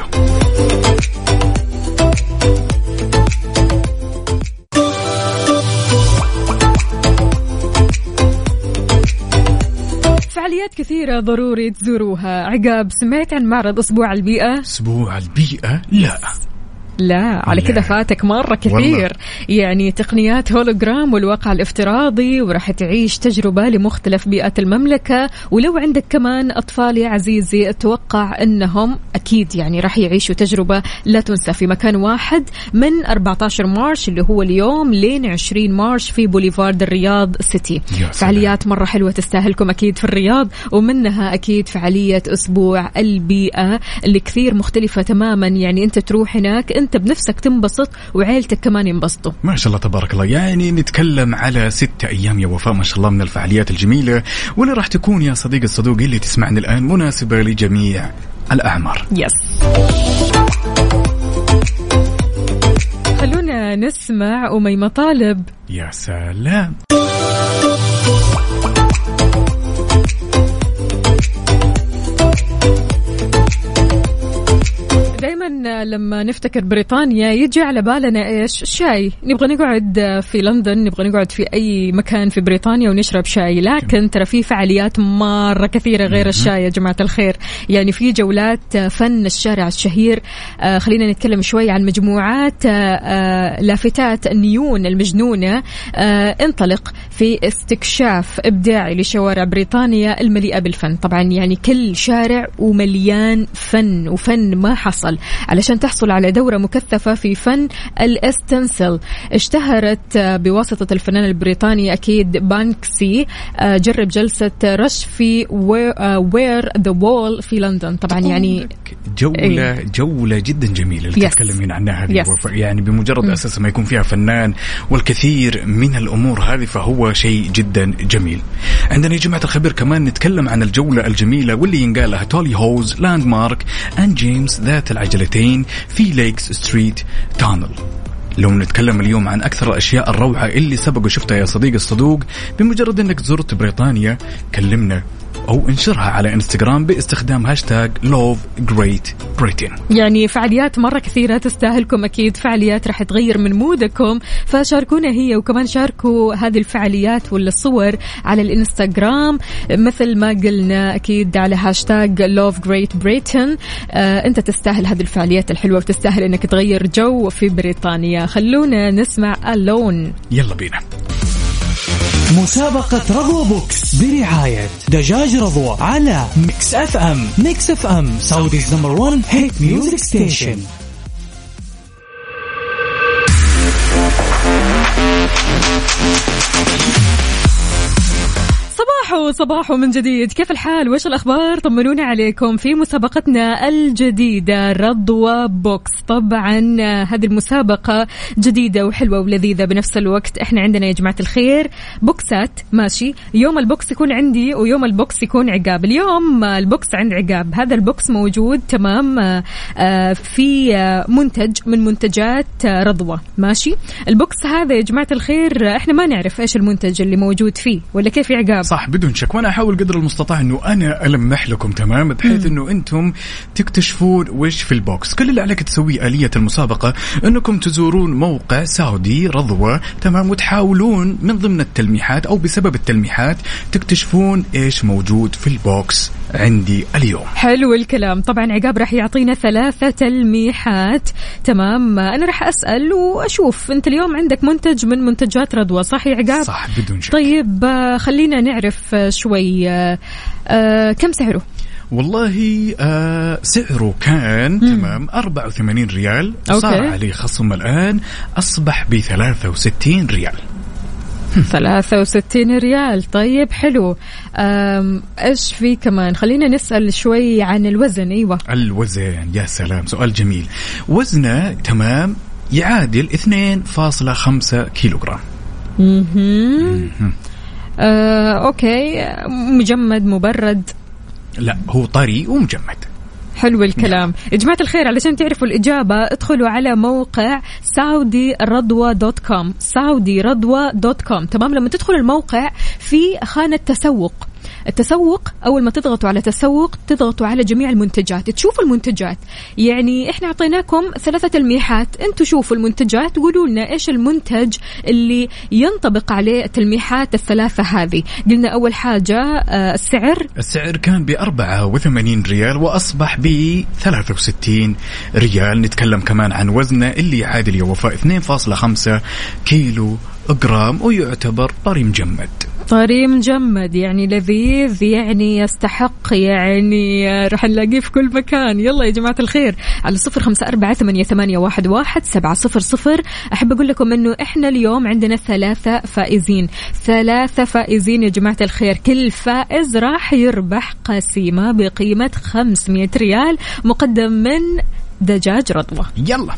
فعاليات كثيرة ضروري تزوروها. عقاب، سمعت عن معرض أسبوع البيئة؟ أسبوع البيئة؟ لا على كده فاتك مرة كثير والله. يعني تقنيات هولوجرام والواقع الافتراضي، وراح تعيش تجربة لمختلف بيئات المملكة. ولو عندك كمان أطفال يا عزيزي أتوقع أنهم أكيد يعني راح يعيشوا تجربة لا تنسى في مكان واحد من 14 مارش اللي هو اليوم لين 20 مارش في بوليفارد الرياض سيتي. فعاليات مرة حلوة تستاهلكم أكيد في الرياض، ومنها أكيد فعالية أسبوع البيئة اللي كثير مختلفة تماما. يعني أنت تروح هناك أنت بنفسك تنبسط وعيلتك كمان ينبسطوا. ما شاء الله تبارك الله. يعني نتكلم على 6 أيام يا وفاء ما شاء الله من الفعاليات الجميلة، واللي راح تكون يا صديق الصدوق اللي تسمعني الآن مناسبة لجميع الأعمار. يس. خلونا نسمع أميمة طالب. يا سلام. دائما لما نفتكر بريطانيا يجي على بالنا إيش؟ شاي. نبغى نقعد في لندن، نبغى نقعد في أي مكان في بريطانيا ونشرب شاي. لكن ترى في فعاليات مرة كثيرة غير الشاي يا جماعة الخير. يعني في جولات فن الشارع الشهير. خلينا نتكلم شوي عن مجموعات لافتات النيون المجنونة. انطلق في استكشاف إبداعي لشوارع بريطانيا المليئة بالفن. طبعا يعني كل شارع ومليان فن وفن ما حصل. علشان تحصل على دورة مكثفة في فن الاستنسل اشتهرت بواسطة الفنان البريطاني أكيد بانكسي. جرب جلسة رش في وير ذا وول في لندن. طبعا يعني جولة جدا جميلة اللي تتكلمين عنها هذه. يعني بمجرد أساس ما يكون فيها فنان والكثير من الأمور هذه فهو شيء جدا جميل. عندنا يا جماعة الخبير كمان نتكلم عن الجولة الجميلة واللي ينقال لها تولي هوز لاند مارك أند جيمس ذات العجلتين في ليكس ستريت تانل. لو نتكلم اليوم عن أكثر الأشياء الروعة اللي سبق وشفتها يا صديق الصدوق، بمجرد أنك زرت بريطانيا كلمنا أو انشرها على إنستغرام باستخدام هاشتاج Love Great Britain. يعني فعاليات مرة كثيرة تستاهلكم أكيد، فعاليات راح تغير من مودكم، فشاركونا هي وكمان شاركوا هذه الفعاليات والصور على الإنستغرام مثل ما قلنا أكيد على هاشتاج Love Great Britain. أنت تستاهل هذه الفعاليات الحلوة وتستاهل أنك تغير جو في بريطانيا. خلونا نسمع ألون. يلا بينا. مسابقة رضوى بوكس برعاية دجاج رضوى على ميكس اف ام. ميكس اف ام سعوديز نمبر 1 هيت ميوزك ستيشن. صباح من جديد. كيف الحال وإيش الأخبار؟ طمنونا عليكم في مسابقتنا الجديدة رضوى بوكس. طبعا هذه المسابقة جديدة وحلوة ولذيذة بنفس الوقت. احنا عندنا يا جماعة الخير بوكسات، ماشي، يوم البوكس يكون عندي ويوم البوكس يكون عقاب. اليوم البوكس عند عقاب. هذا البوكس موجود تمام في منتج من منتجات رضوى، ماشي. البوكس هذا يا جماعة الخير احنا ما نعرف ايش المنتج اللي موجود فيه ولا كيف يا عقاب. صح بدون شك، وانا احاول قدر المستطاع انه انا المح لكم تمام بحيث انه انتم تكتشفون وش في البوكس. كل اللي عليك تسويه آلية المسابقة انكم تزورون موقع سعودي رضوى تمام وتحاولون من ضمن التلميحات او بسبب التلميحات تكتشفون ايش موجود في البوكس عندي اليوم. حلو الكلام. طبعا عقاب راح يعطينا 3 تلميحات تمام. انا راح اسال واشوف انت اليوم عندك منتج من منتجات رضوى، صح يا عقاب؟ صح بدون شك. طيب خلينا نعرف شوي كم سعره؟ والله سعره كان تمام 84 ريال، صار عليه خصم الآن أصبح ب 63 ريال. 63 ريال. طيب حلو. ايش في كمان؟ خلينا نسأل شوي عن الوزن. ايوه الوزن، يا سلام سؤال جميل. وزنه تمام يعادل 2.5 كيلوغرام. اوكي. مجمد مبرد؟ لا هو طري ومجمد. حلو الكلام. يا جماعة الخير علشان تعرفوا الإجابة ادخلوا على موقع saudiradwa.com saudiradwa.com تمام. لما تدخلوا الموقع في خانة تسوق، التسوق أول ما تضغطوا على تسوق تضغطوا على جميع المنتجات، تشوفوا المنتجات. يعني إحنا أعطيناكم 3 تلميحات، أنتوا شوفوا المنتجات وقولوا لنا إيش المنتج اللي ينطبق عليه التلميحات ال3 هذه. قلنا أول حاجة السعر كان ب84 ريال وأصبح ب63 ريال. نتكلم كمان عن وزنه اللي يعادل يا وفاء 2.5 كيلو جرام ويعتبر طري مجمد. طري مجمد يعني لذيذ، يعني يستحق، يعني راح نلاقيه في كل مكان. يلا يا جماعة الخير على 0548811700. أحب أقول لكم أنه إحنا اليوم عندنا 3 فائزين، 3 فائزين يا جماعة الخير. كل فائز راح يربح قسيمة بقيمة 500 ريال مقدم من دجاج رضوى. يلا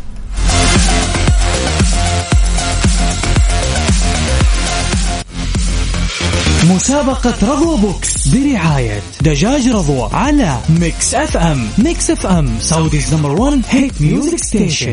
مسابقة رضوى بوكس برعاية دجاج رضوى على ميكس اف ام. ميكس اف ام سعوديز نمبر 1 هيت ميوزك ستيشن.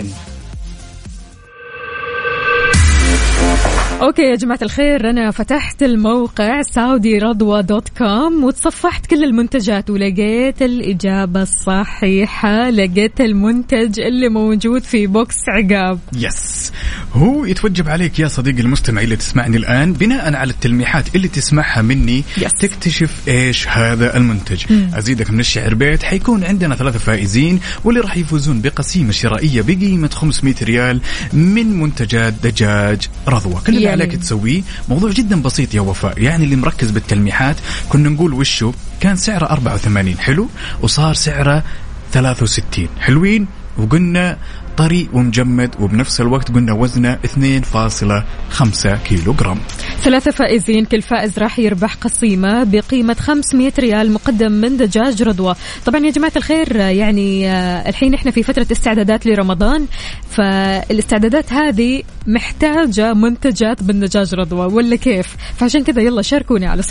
اوكي يا جماعة الخير، انا فتحت الموقع saudiradwa.com وتصفحت كل المنتجات ولقيت الإجابة الصحيحة. لقيت المنتج اللي موجود في بوكس عقاب. يس، هو يتوجب عليك يا صديقي المستمع اللي تسمعني الآن بناء على التلميحات اللي تسمعها مني تكتشف ايش هذا المنتج. ازيدك من الشعر بيت، حيكون عندنا 3 فائزين واللي راح يفوزون بقسيمة شرائية بقيمة 500 ريال من منتجات دجاج رضوى. كل اللي عليك تسويه موضوع جدا بسيط يا وفاء. يعني اللي مركز بالتلميحات كنا نقول وشو كان سعره 84 حلو وصار سعره 63 حلوين، وقلنا طري ومجمد، وبنفس الوقت قلنا وزنه 2.5 كيلو جرام. 3 فائزين، كل فائز راح يربح قسيمة بقيمة 500 ريال مقدم من دجاج رضوى. طبعا يا جماعة الخير يعني الحين احنا في فترة استعدادات لرمضان، فالاستعدادات هذه محتاجة منتجات من دجاج رضوى ولا كيف؟ فعشان كذا يلا شاركوني على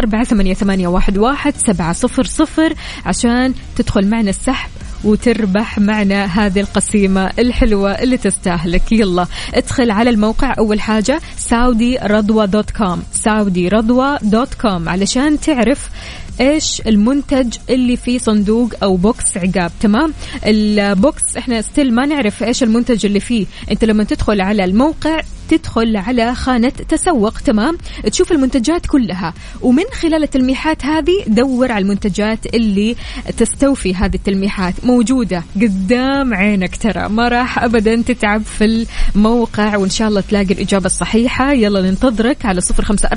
0548811700 عشان تدخل معنا السحب وتربح معنا هذه القسيمة الحلوة اللي تستاهلك. يلا ادخل على الموقع أول حاجة saudiradwa.com saudiradwa.com علشان تعرف ايش المنتج اللي في صندوق او بوكس عقاب. تمام، البوكس احنا ستيل ما نعرف ايش المنتج اللي فيه. انت لما تدخل على الموقع تدخل على خانة تسوق، تمام، تشوف المنتجات كلها، ومن خلال التلميحات هذه دور على المنتجات اللي تستوفي هذه التلميحات. موجودة قدام عينك، ترى ما راح أبدا تتعب في الموقع، وإن شاء الله تلاقي الإجابة الصحيحة. يلا ننتظرك على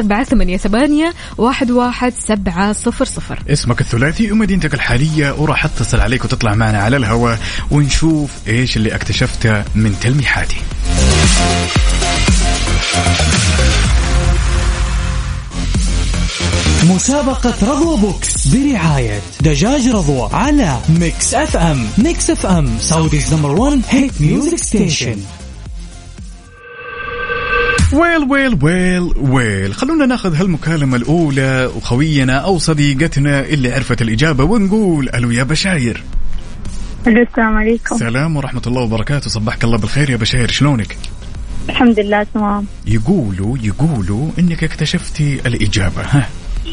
0548811700. اسمك الثلاثي ومدينتك الحالية وراح اتصل عليك وتطلع معنا على الهواء ونشوف إيش اللي اكتشفته من تلميحاتي. مسابقة رضوى بوكس برعاية دجاج رضوى على ميكس اف ام. ميكس اف ام سعوديز نمبر 1 هيت ميوزك ستيشن. ويل خلونا ناخذ هالمكالمة الأولى وخوينا أو صديقتنا اللي عرفت الإجابة ونقول ألو يا بشاير. السلام عليكم. السلام ورحمة الله وبركاته. صبحك الله بالخير يا بشاير، شلونك؟ الحمد لله تمام. يقولوا إنك اكتشفتي الإجابة. ها؟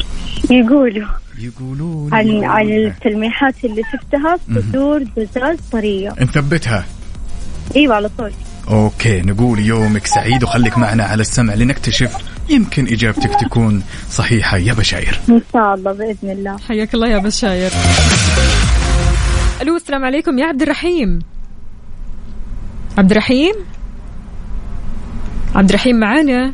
يقولوا عن التلميحات اللي شفتها صدور دجاج طرية نثبتها. ايوه على طول. اوكي، نقول يومك سعيد وخليك معنا على السمع لنكتشف يمكن اجابتك تكون صحيحة يا بشاير. ان شاء الله باذن الله. حياك الله يا بشاير. الو السلام عليكم يا عبد الرحيم. عبد الرحيم معانا؟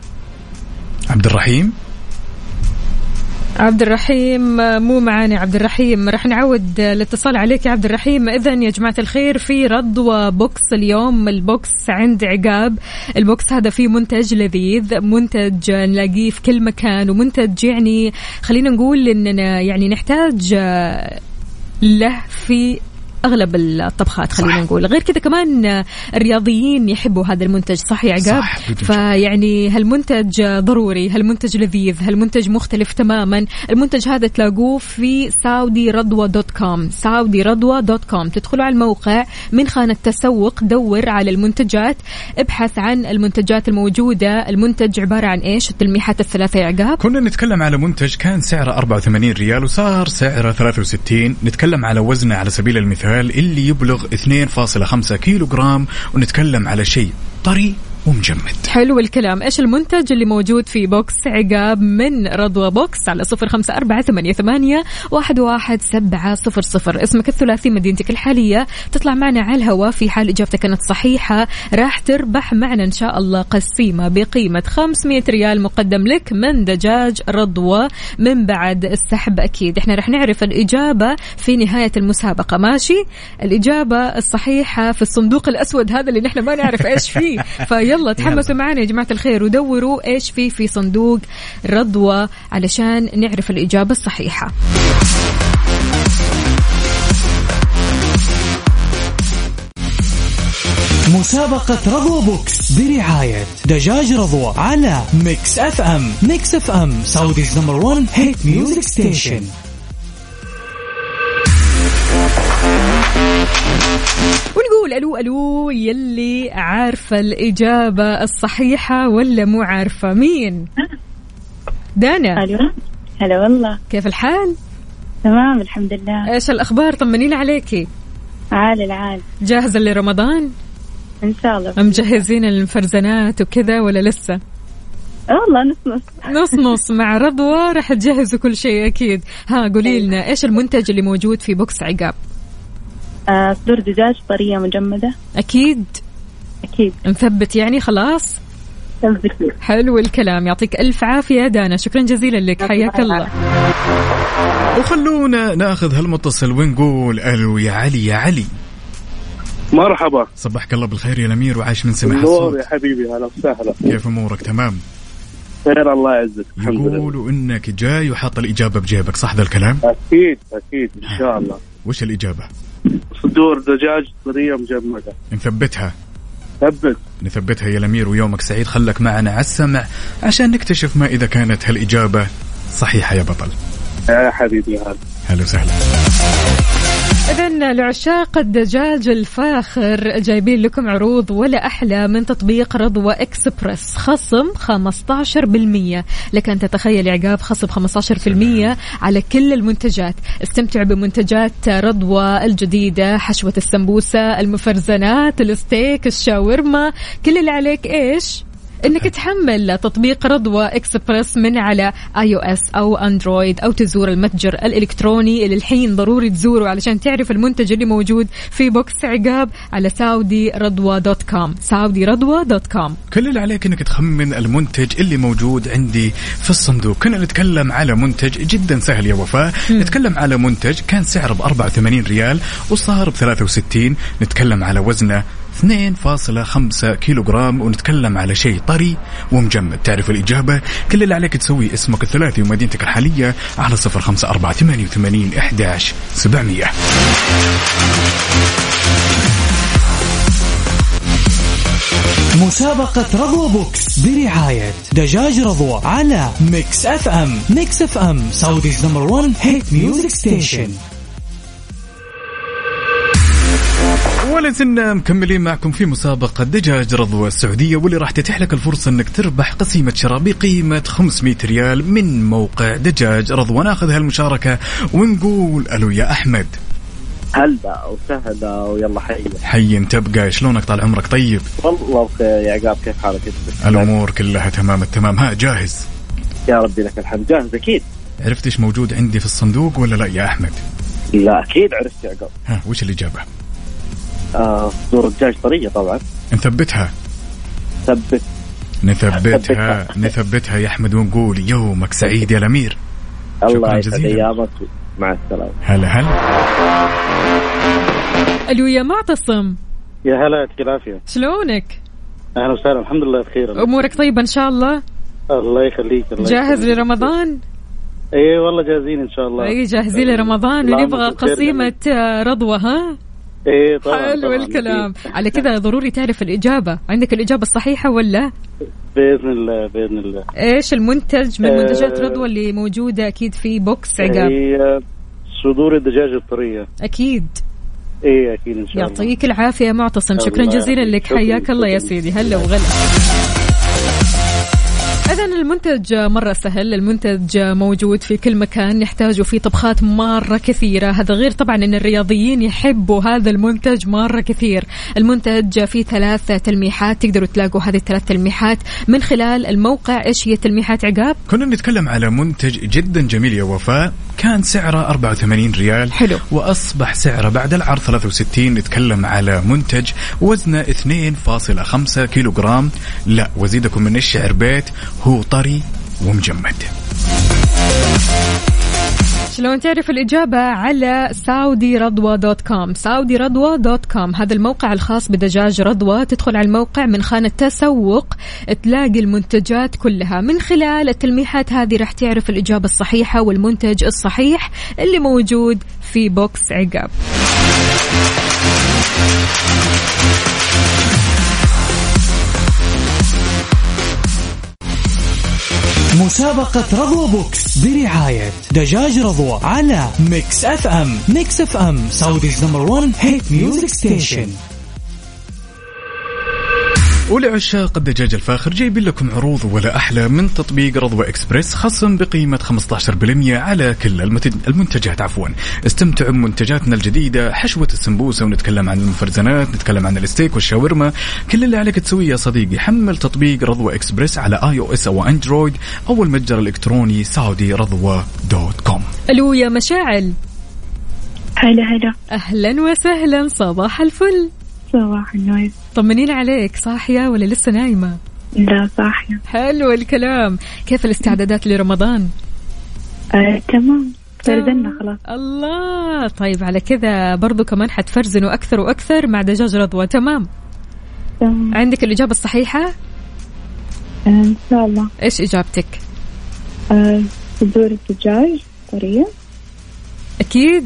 عبد الرحيم مو معاني. عبد الرحيم رح نعود الاتصال عليك يا عبد الرحيم. إذن يا جماعة الخير في رضوى بوكس اليوم. البوكس عند عقاب. البوكس هذا فيه منتج لذيذ، منتج نلاقيه في كل مكان، ومنتج يعني خلينا نقول إننا يعني نحتاج له في أغلب الطبخات خلينا نقول. غير كذا كمان الرياضيين يحبوا هذا المنتج، صح يا عقاب؟ فيعني هالمنتج ضروري، هالمنتج لذيذ، هالمنتج مختلف تماما. المنتج هذا تلاقوه في saudiradwa.com. saudiradwa.com. تدخلوا على الموقع من خانة تسوق، دور على المنتجات، ابحث عن المنتجات الموجودة. المنتج عبارة عن إيش؟ التلميحات الثلاثة يا عقاب. كنا نتكلم على منتج كان سعره 84 ريال وصار سعره 63. نتكلم على وزنه على سبيل المثال اللي يبلغ 2.5 كيلوغرام، ونتكلم على شيء طري ومجمد. حلو الكلام. إيش المنتج اللي موجود في بوكس عقاب من رضوى بوكس؟ على 0548811700. اسمك الثلاثي، مدينتك الحالية، تطلع معنا على الهواء. في حال إجابتك كانت صحيحة راح تربح معنا إن شاء الله قسيمة بقيمة 500 ريال مقدم لك من دجاج رضوى من بعد السحب. أكيد إحنا راح نعرف الإجابة في نهاية المسابقة، ماشي؟ الإجابة الصحيحة في الصندوق الأسود هذا اللي نحن ما نعرف إيش فيه. يلا تحمسوا معنا يا جماعة الخير ودوروا إيش في صندوق رضوى علشان نعرف الإجابة الصحيحة. مسابقة رضوى بوكس برعاية دجاج رضوى على ميكس اف ام. ميكس اف ام سعوديز نمبر 1 هيت ميوزك ستيشن. ونقول ألو يلي عارفة الإجابة الصحيحة ولا مو عارفة؟ مين؟ دانا. ألو هلا والله، كيف الحال؟ تمام الحمد لله. إيش الأخبار؟ طمنينا عليكي. عال جاهزة لرمضان؟ إن شاء الله. مجهزين المفرزنات وكذا ولا لسه؟ والله نص مع رضوى راح تجهزوا كل شيء أكيد. ها قولي لنا إيش المنتج اللي موجود في بوكس عقاب؟ صدور دجاج طرية مجمدة. أكيد مثبت يعني خلاص. حلو الكلام، يعطيك ألف عافية دانا، شكرا جزيلا لك، حياك الله. وخلونا ناخذ هالمتصل ونقول ألو يا علي. مرحبا. صبحك الله بالخير يا الأمير وعايش من سماع الصوت. يا حبيبي هلا وسهلا. كيف أمورك؟ تمام خير الله يعزك. يقولوا إنك جاي وحاط الإجابة بجيبك، صح ذا الكلام؟ أكيد إن شاء الله. وش الإجابة؟ صدور دجاج طرية مجمدة. نثبتها يا الأمير، ويومك سعيد. خلك معنا على السمع عشان نكتشف ما إذا كانت هالإجابة صحيحة يا بطل. يا حبيبي هلا وسهلا. إذن لعشاق الدجاج الفاخر جايبين لكم عروض ولا أحلى من تطبيق رضوى إكسبرس. خصم 15%، لك أن تتخيل عقاب خصم 15% على كل المنتجات. استمتع بمنتجات رضوى الجديدة، حشوة السمبوسة، المفرزنات، الستيك، الشاورما. كل اللي عليك إيش؟ إنك تحمل تطبيق رضوى إكسبرس من على iOS أو أندرويد، أو تزور المتجر الإلكتروني اللي الحين ضروري تزوره علشان تعرف المنتج اللي موجود في بوكس عقاب على saudiradwa.com. saudiradwa.com. كل اللي عليك إنك تخمن المنتج اللي موجود عندي في الصندوق. كنا نتكلم على منتج جدا سهل يا وفاء. نتكلم على منتج كان سعره ب 84 ريال وصار ب 63. نتكلم على وزنه 2.5 كيلوغرام، ونتكلم على شيء طري ومجمد. تعرف الإجابة؟ كل اللي عليك تسوي اسمك الثلاثي ومدينتك الحالية على 0548811700. مسابقة رضوى بوكس برعاية دجاج رضوى على ميكس اف ام. ميكس اف ام سعوديز نمبر 1 هيت ميوزك ستيشن. ولا زلنا مكملين معكم في مسابقة دجاج رضوى السعودية، واللي راح تتيح لك الفرصة انك تربح قسيمة شراء بقيمة 500 ريال من موقع دجاج رضوى. ناخذ هالمشاركة ونقول الو يا احمد. هلا وسهلا ويلا حي تبقى. شلونك طال عمرك؟ طيب والله بخير يا عقاب، كيف حالك انت؟ الامور كلها تمام التمام. ها جاهز؟ يا ربي لك الحمد. جاهز اكيد. عرفت ايش موجود عندي في الصندوق ولا لا يا احمد؟ لا اكيد عرفت يا عقاب. ها وش الاجابة؟ صدور الدجاج طرية طبعا. نثبتها نثبتها يا احمد، ونقول يومك سعيد يا الامير. الله يسعد ايامك، مع السلامة. هلا الو يا معتصم. يا هلا، يعطيك العافية. شلونك؟ اهلا وسهلا، الحمد لله بخير. امورك طيبة ان شاء الله؟ الله يخليك. جاهز لرمضان؟ اي والله جاهزين ان شاء الله. اي جاهزين لرمضان، ونبغى قسيمة رضوى. ها ايه طبعا. حلو الكلام. على كذا ضروري تعرف الإجابة. عندك الإجابة الصحيحة ولا؟ بإذن الله بإذن الله. إيش المنتج من منتجات رضوى اللي موجودة أكيد في بوكس عقاب؟ هي صدور الدجاج الطرية. أكيد. إيه أكيد إن شاء الله. يعطيك العافية يا معتصم، شكرا جزيلا لك. حياك الله يا سيدي. هلا وغلا. إذن المنتج مرة سهل، المنتج موجود في كل مكان، نحتاجه في طبخات مرة كثيرة. هذا غير طبعا أن الرياضيين يحبوا هذا المنتج مرة كثير. المنتج فيه 3 تلميحات، تقدروا تلاقوا هذه ال3 تلميحات من خلال الموقع. إيش هي التلميحات عقاب؟ كنا نتكلم على منتج جدا جميل يا وفاء، كان سعره 84 ريال. حلو. وأصبح سعره بعد العرض 63. نتكلم على منتج وزنه 2.5 كيلوغرام. لا وزيدكم من الشعر بيت، هو طري ومجمد. شلون تعرف الإجابة؟ على saudiradwa.com. saudiradwa.com هذا الموقع الخاص بدجاج رضوى. تدخل على الموقع من خانة تسوق، تلاقي المنتجات كلها. من خلال التلميحات هذه راح تعرف الإجابة الصحيحة والمنتج الصحيح اللي موجود في بوكس عقاب. مسابقة رضوى بوكس برعاية دجاج رضوى على ميكس اف ام. ميكس اف ام سعوديز نمبر 1 هيت ميوزك ستيشن. ولعشاق الدجاج الفاخر جايبين لكم عروض ولا أحلى من تطبيق رضوى إكسبرس، خصم بقيمة 15% على كل المنتجات. استمتعوا بمنتجاتنا الجديدة، حشوة السمبوسة، ونتكلم عن المفرزنات، نتكلم عن الستيك والشاورما. كل اللي عليك تسويه يا صديقي حمل تطبيق رضوى إكسبرس على iOS أو أندرويد أو المتجر الإلكتروني saudiradwa.com. ألو يا مشاعل. هلا أهلا وسهلا، صباح الفل. صباح النور. طمنين عليك، صاحية ولا لسه نايمة؟ لا صاحية. حلو الكلام. كيف الاستعدادات لرمضان؟ تمام، فرزنا خلاص. الله، طيب على كذا برضو كمان حتفرزنوا أكثر وأكثر مع دجاج رضوى. تمام. عندك الإجابة الصحيحة؟ إن شاء الله. إيش إجابتك؟ صدور الدجاج طرية. أكيد؟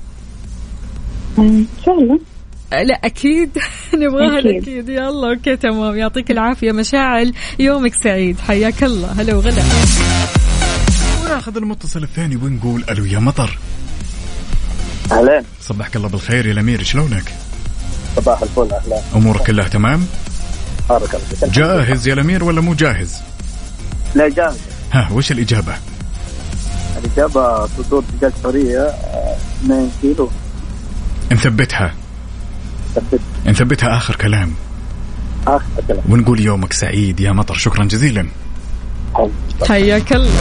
إن شاء الله. لا أكيد. نبغاها الأكيد. يلا أوكي تمام. يعطيك العافية مشاعل، يومك سعيد. حياك الله. هلا وغلا. وناخذ المتصل الثاني ونقول ألو يا مطر. أهلا. صبحك الله بالخير يا الأمير، شلونك؟ صباح الفل. أهلا. أمورك كلها تمام؟ بارك الله. جاهز يا الأمير ولا مو جاهز؟ لا جاهز. ها وش الإجابة؟ الإجابة صدور دجاج طرية 2 كيلو. نثبتها آخر كلام. ونقول يومك سعيد يا مطر. شكرا جزيلا. حياك الله.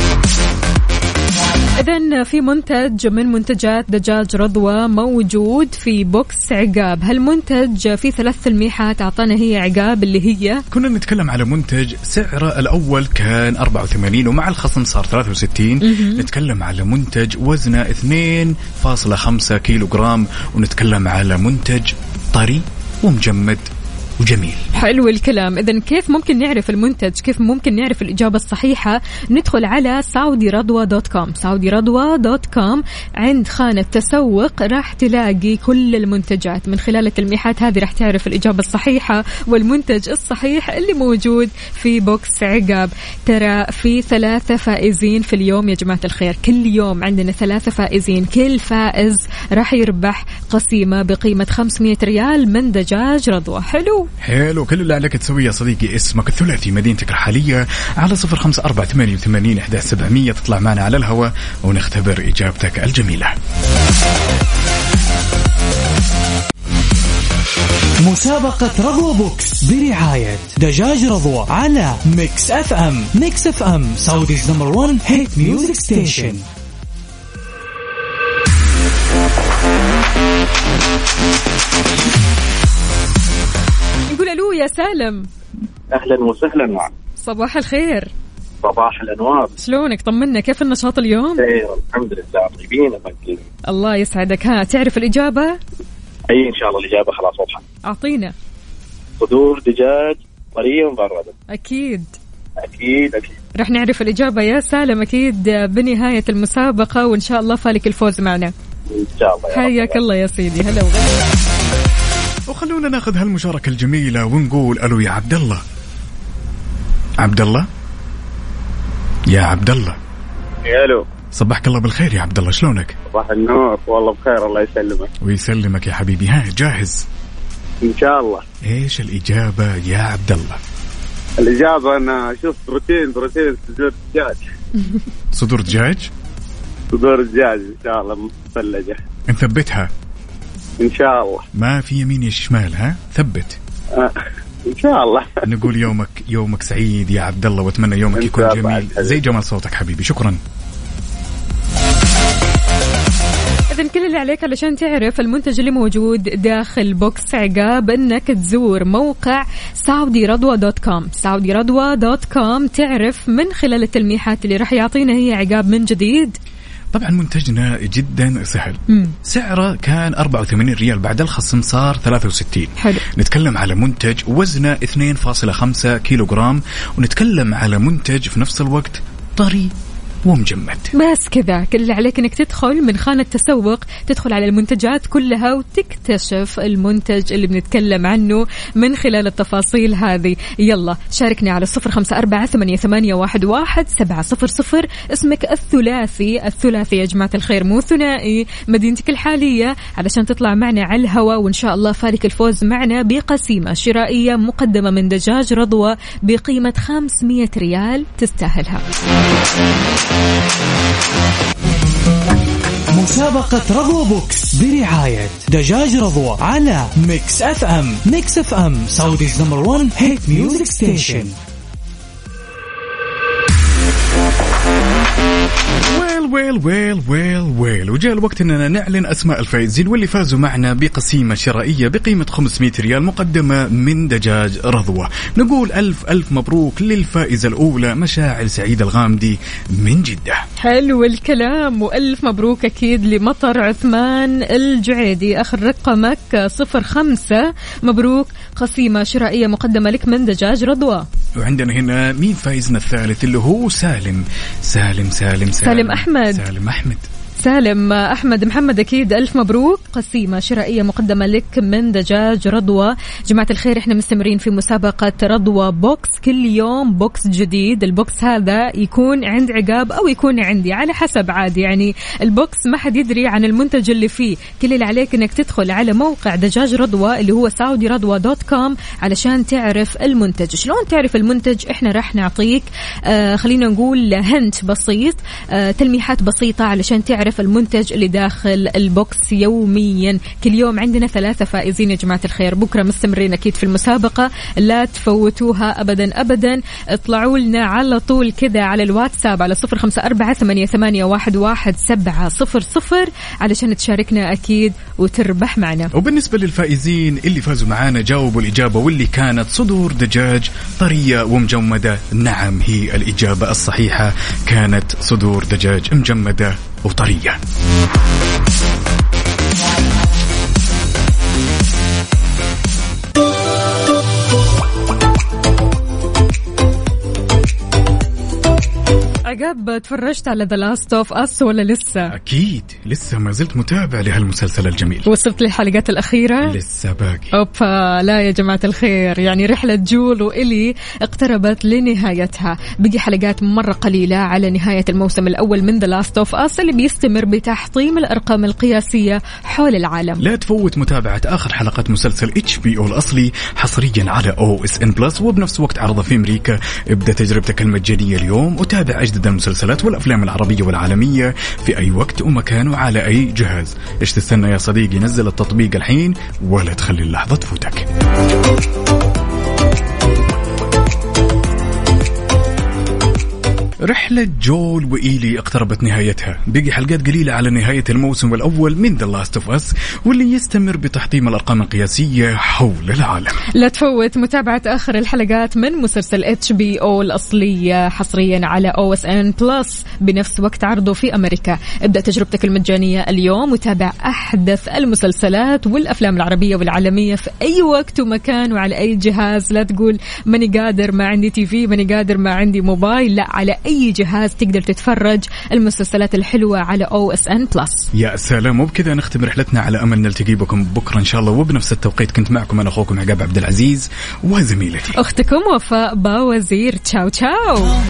إذن في منتج من منتجات دجاج رضوى موجود في بوكس عقاب. هالمنتج فيه 3 تلميحات أعطانا هي عقاب، اللي هي كنا نتكلم على منتج سعره الأول كان 84 ومع الخصم صار 63. نتكلم على منتج وزنه 2.5 كيلوغرام، ونتكلم على منتج طري ومجمد وجميل. حلو الكلام. إذن كيف ممكن نعرف المنتج، كيف ممكن نعرف الإجابة الصحيحة؟ ندخل على saudiradwa.com. saudiradwa.com عند خانة تسوق راح تلاقي كل المنتجات. من خلال التلميحات هذه راح تعرف الإجابة الصحيحة والمنتج الصحيح اللي موجود في بوكس عقاب. ترى في 3 فائزين في اليوم يا جماعة الخير، كل يوم عندنا 3 فائزين، كل فائز راح يربح قسيمة بقيمة 500 ريال من دجاج رضوى. حلو كل اللي عليك تسويه يا صديقي اسمك الثلاثي مدينتك الحالية على 0548811700 تطلع معنا على الهواء ونختبر إجابتك الجميلة. مسابقة رضوى بوكس برعاية دجاج رضوى على ميكس اف ام. ميكس اف ام سعوديز نمبر 1 هيت ميوزك ستيشن. نقول ألو يا سالم. أهلا وسهلا معك. صباح الخير. صباح الأنوار. شلونك؟ طمنا، كيف النشاط اليوم؟ خير الحمد لله، طيبين. الله يسعدك. ها تعرف الإجابة؟ أي إن شاء الله الإجابة خلاص واضحة. أعطينا. صدور دجاج طرية ومبردة. أكيد رح نعرف الإجابة يا سالم أكيد بنهاية المسابقة، وإن شاء الله فالك الفوز معنا إن شاء الله. حياك الله يا سيدي. هلا وغلا. وخلونا ناخذ هالمشاركة الجميلة ونقول ألو يا عبد الله. عبد الله يا عبد الله. ألو. صباحك الله بالخير يا عبد الله، شلونك؟ صباح النور. والله بخير الله يسلمك. ويسلمك يا حبيبي. ها جاهز؟ إن شاء الله. إيش الإجابة يا عبد الله؟ الإجابة أنا شوف بروتين صدور دجاج. صدور دجاج؟ صدور دجاج إن شاء الله مثلجة. نثبتها إن شاء الله. ما في يمين يا شمال، ها ثبت. إن شاء الله. نقول يومك سعيد يا عبد الله، وأتمنى يومك يكون جميل زي جمال صوتك حبيبي. شكرا. إذن كل اللي عليك علشان تعرف المنتج اللي موجود داخل بوكس عقاب أنك تزور موقع saudiradwa.com. saudiradwa.com تعرف من خلال التلميحات اللي راح يعطينا هي عقاب من جديد. طبعا منتجنا جدا سهل. سعره كان 84 ريال، بعد الخصم صار 63. حلو. نتكلم على منتج وزنه 2.5 كيلوغرام، ونتكلم على منتج في نفس الوقت طري ومجمد. بس كذا، كل اللي عليك انك تدخل من خانة تسوق، تدخل على المنتجات كلها وتكتشف المنتج اللي بنتكلم عنه من خلال التفاصيل هذه. يلا شاركني على 0548811700. اسمك الثلاثي يا جماعة الخير، مو ثنائي، مدينتك الحالية علشان تطلع معنا على الهواء، وإن شاء الله فالك الفوز معنا بقسيمة شرائية مقدمة من دجاج رضوى بقيمة 500 ريال تستاهلها. مسابقة رضوى بوكس برعاية دجاج رضوى على ميكس اف ام. ميكس اف ام سعوديز نمبر 1 هيت ميوزك ستيشن. ويل وجاء الوقت اننا نعلن اسماء الفائزين واللي فازوا معنا بقسيمة شرائية بقيمة 500 ريال مقدمة من دجاج رضوى. نقول ألف مبروك للفائزة الأولى مشاعل سعيد الغامدي من جدة. حلو الكلام، وألف مبروك أكيد لمطر عثمان الجعيدي، آخر رقمك 05. مبروك، قسيمة شرائية مقدمة لك من دجاج رضوى. وعندنا هنا مين فايزنا الثالث اللي هو سالم أحمد محمد. أكيد ألف مبروك، قسيمة شرائية مقدمة لك من دجاج رضوى. جماعة الخير احنا مستمرين في مسابقة رضوى بوكس، كل يوم بوكس جديد. البوكس هذا يكون عند عقاب أو يكون عندي على حسب، عادي يعني البوكس ما حد يدري عن المنتج اللي فيه. كل اللي عليك انك تدخل على موقع دجاج رضوى اللي هو saudiradwa.com علشان تعرف المنتج. شلون تعرف المنتج؟ احنا راح نعطيك خلينا نقول هنت بسيط، تلميحات بسيطة علشان تعرف المنتج اللي داخل البوكس يوميا. كل يوم عندنا 3 فائزين يا جماعة الخير. بكرة مستمرين أكيد في المسابقة، لا تفوتوها أبدا. اطلعوا لنا على طول كذا على الواتساب على 0548811700 علشان تشاركنا أكيد وتربح معنا. وبالنسبة للفائزين اللي فازوا معانا جاوبوا الإجابة واللي كانت صدور دجاج طرية ومجمدة، نعم هي الإجابة الصحيحة، كانت صدور دجاج مجمدة وطرية. عقاب تفرجت على The Last of Us ولا لسه؟ أكيد لسه، ما زلت متابع لهالمسلسل الجميل. وصلت للحلقات الأخيرة؟ لسه باقي. أوبا، لا يا جماعة الخير، يعني رحلة جول وإلي اقتربت لنهايتها. بقي حلقات مرة قليلة على نهاية الموسم الأول من The Last of Us اللي بيستمر بتحطيم الأرقام القياسية حول العالم. لا تفوت متابعة آخر حلقات مسلسل HBO الأصلي حصريا على OSN Plus، وبنفس وقت عرضه في أمريكا. ابدأ تجربتك المجانية اليوم وتابع أجدد المسلسلات والأفلام العربية والعالمية في أي وقت ومكان وعلى أي جهاز. إيش تستنى يا صديقي؟ نزل التطبيق الحين ولا تخلي اللحظة تفوتك. رحلة جول وإيلي اقتربت نهايتها، بقي حلقات قليلة على نهاية الموسم الأول من The Last of Us واللي يستمر بتحطيم الأرقام القياسية حول العالم. لا تفوت متابعة آخر الحلقات من مسلسل HBO الأصلي حصريا على OSN Plus بنفس وقت عرضه في أمريكا. ابدأ تجربتك المجانية اليوم وتابع أحدث المسلسلات والأفلام العربية والعالمية في أي وقت ومكان وعلى أي جهاز. لا تقول ماني قادر، ما عندي TV، ماني قادر، ما عندي موبايل. لا، على أي جهاز تقدر تتفرج المسلسلات الحلوة على OSN Plus. يا سلام. وبكذا نختم رحلتنا، على أمل نلتقي بكم بكرة إن شاء الله وبنفس التوقيت. كنت معكم أنا أخوكم عقاب عبد العزيز وزميلتي أختكم وفاء باوزير. تشاو تشاو.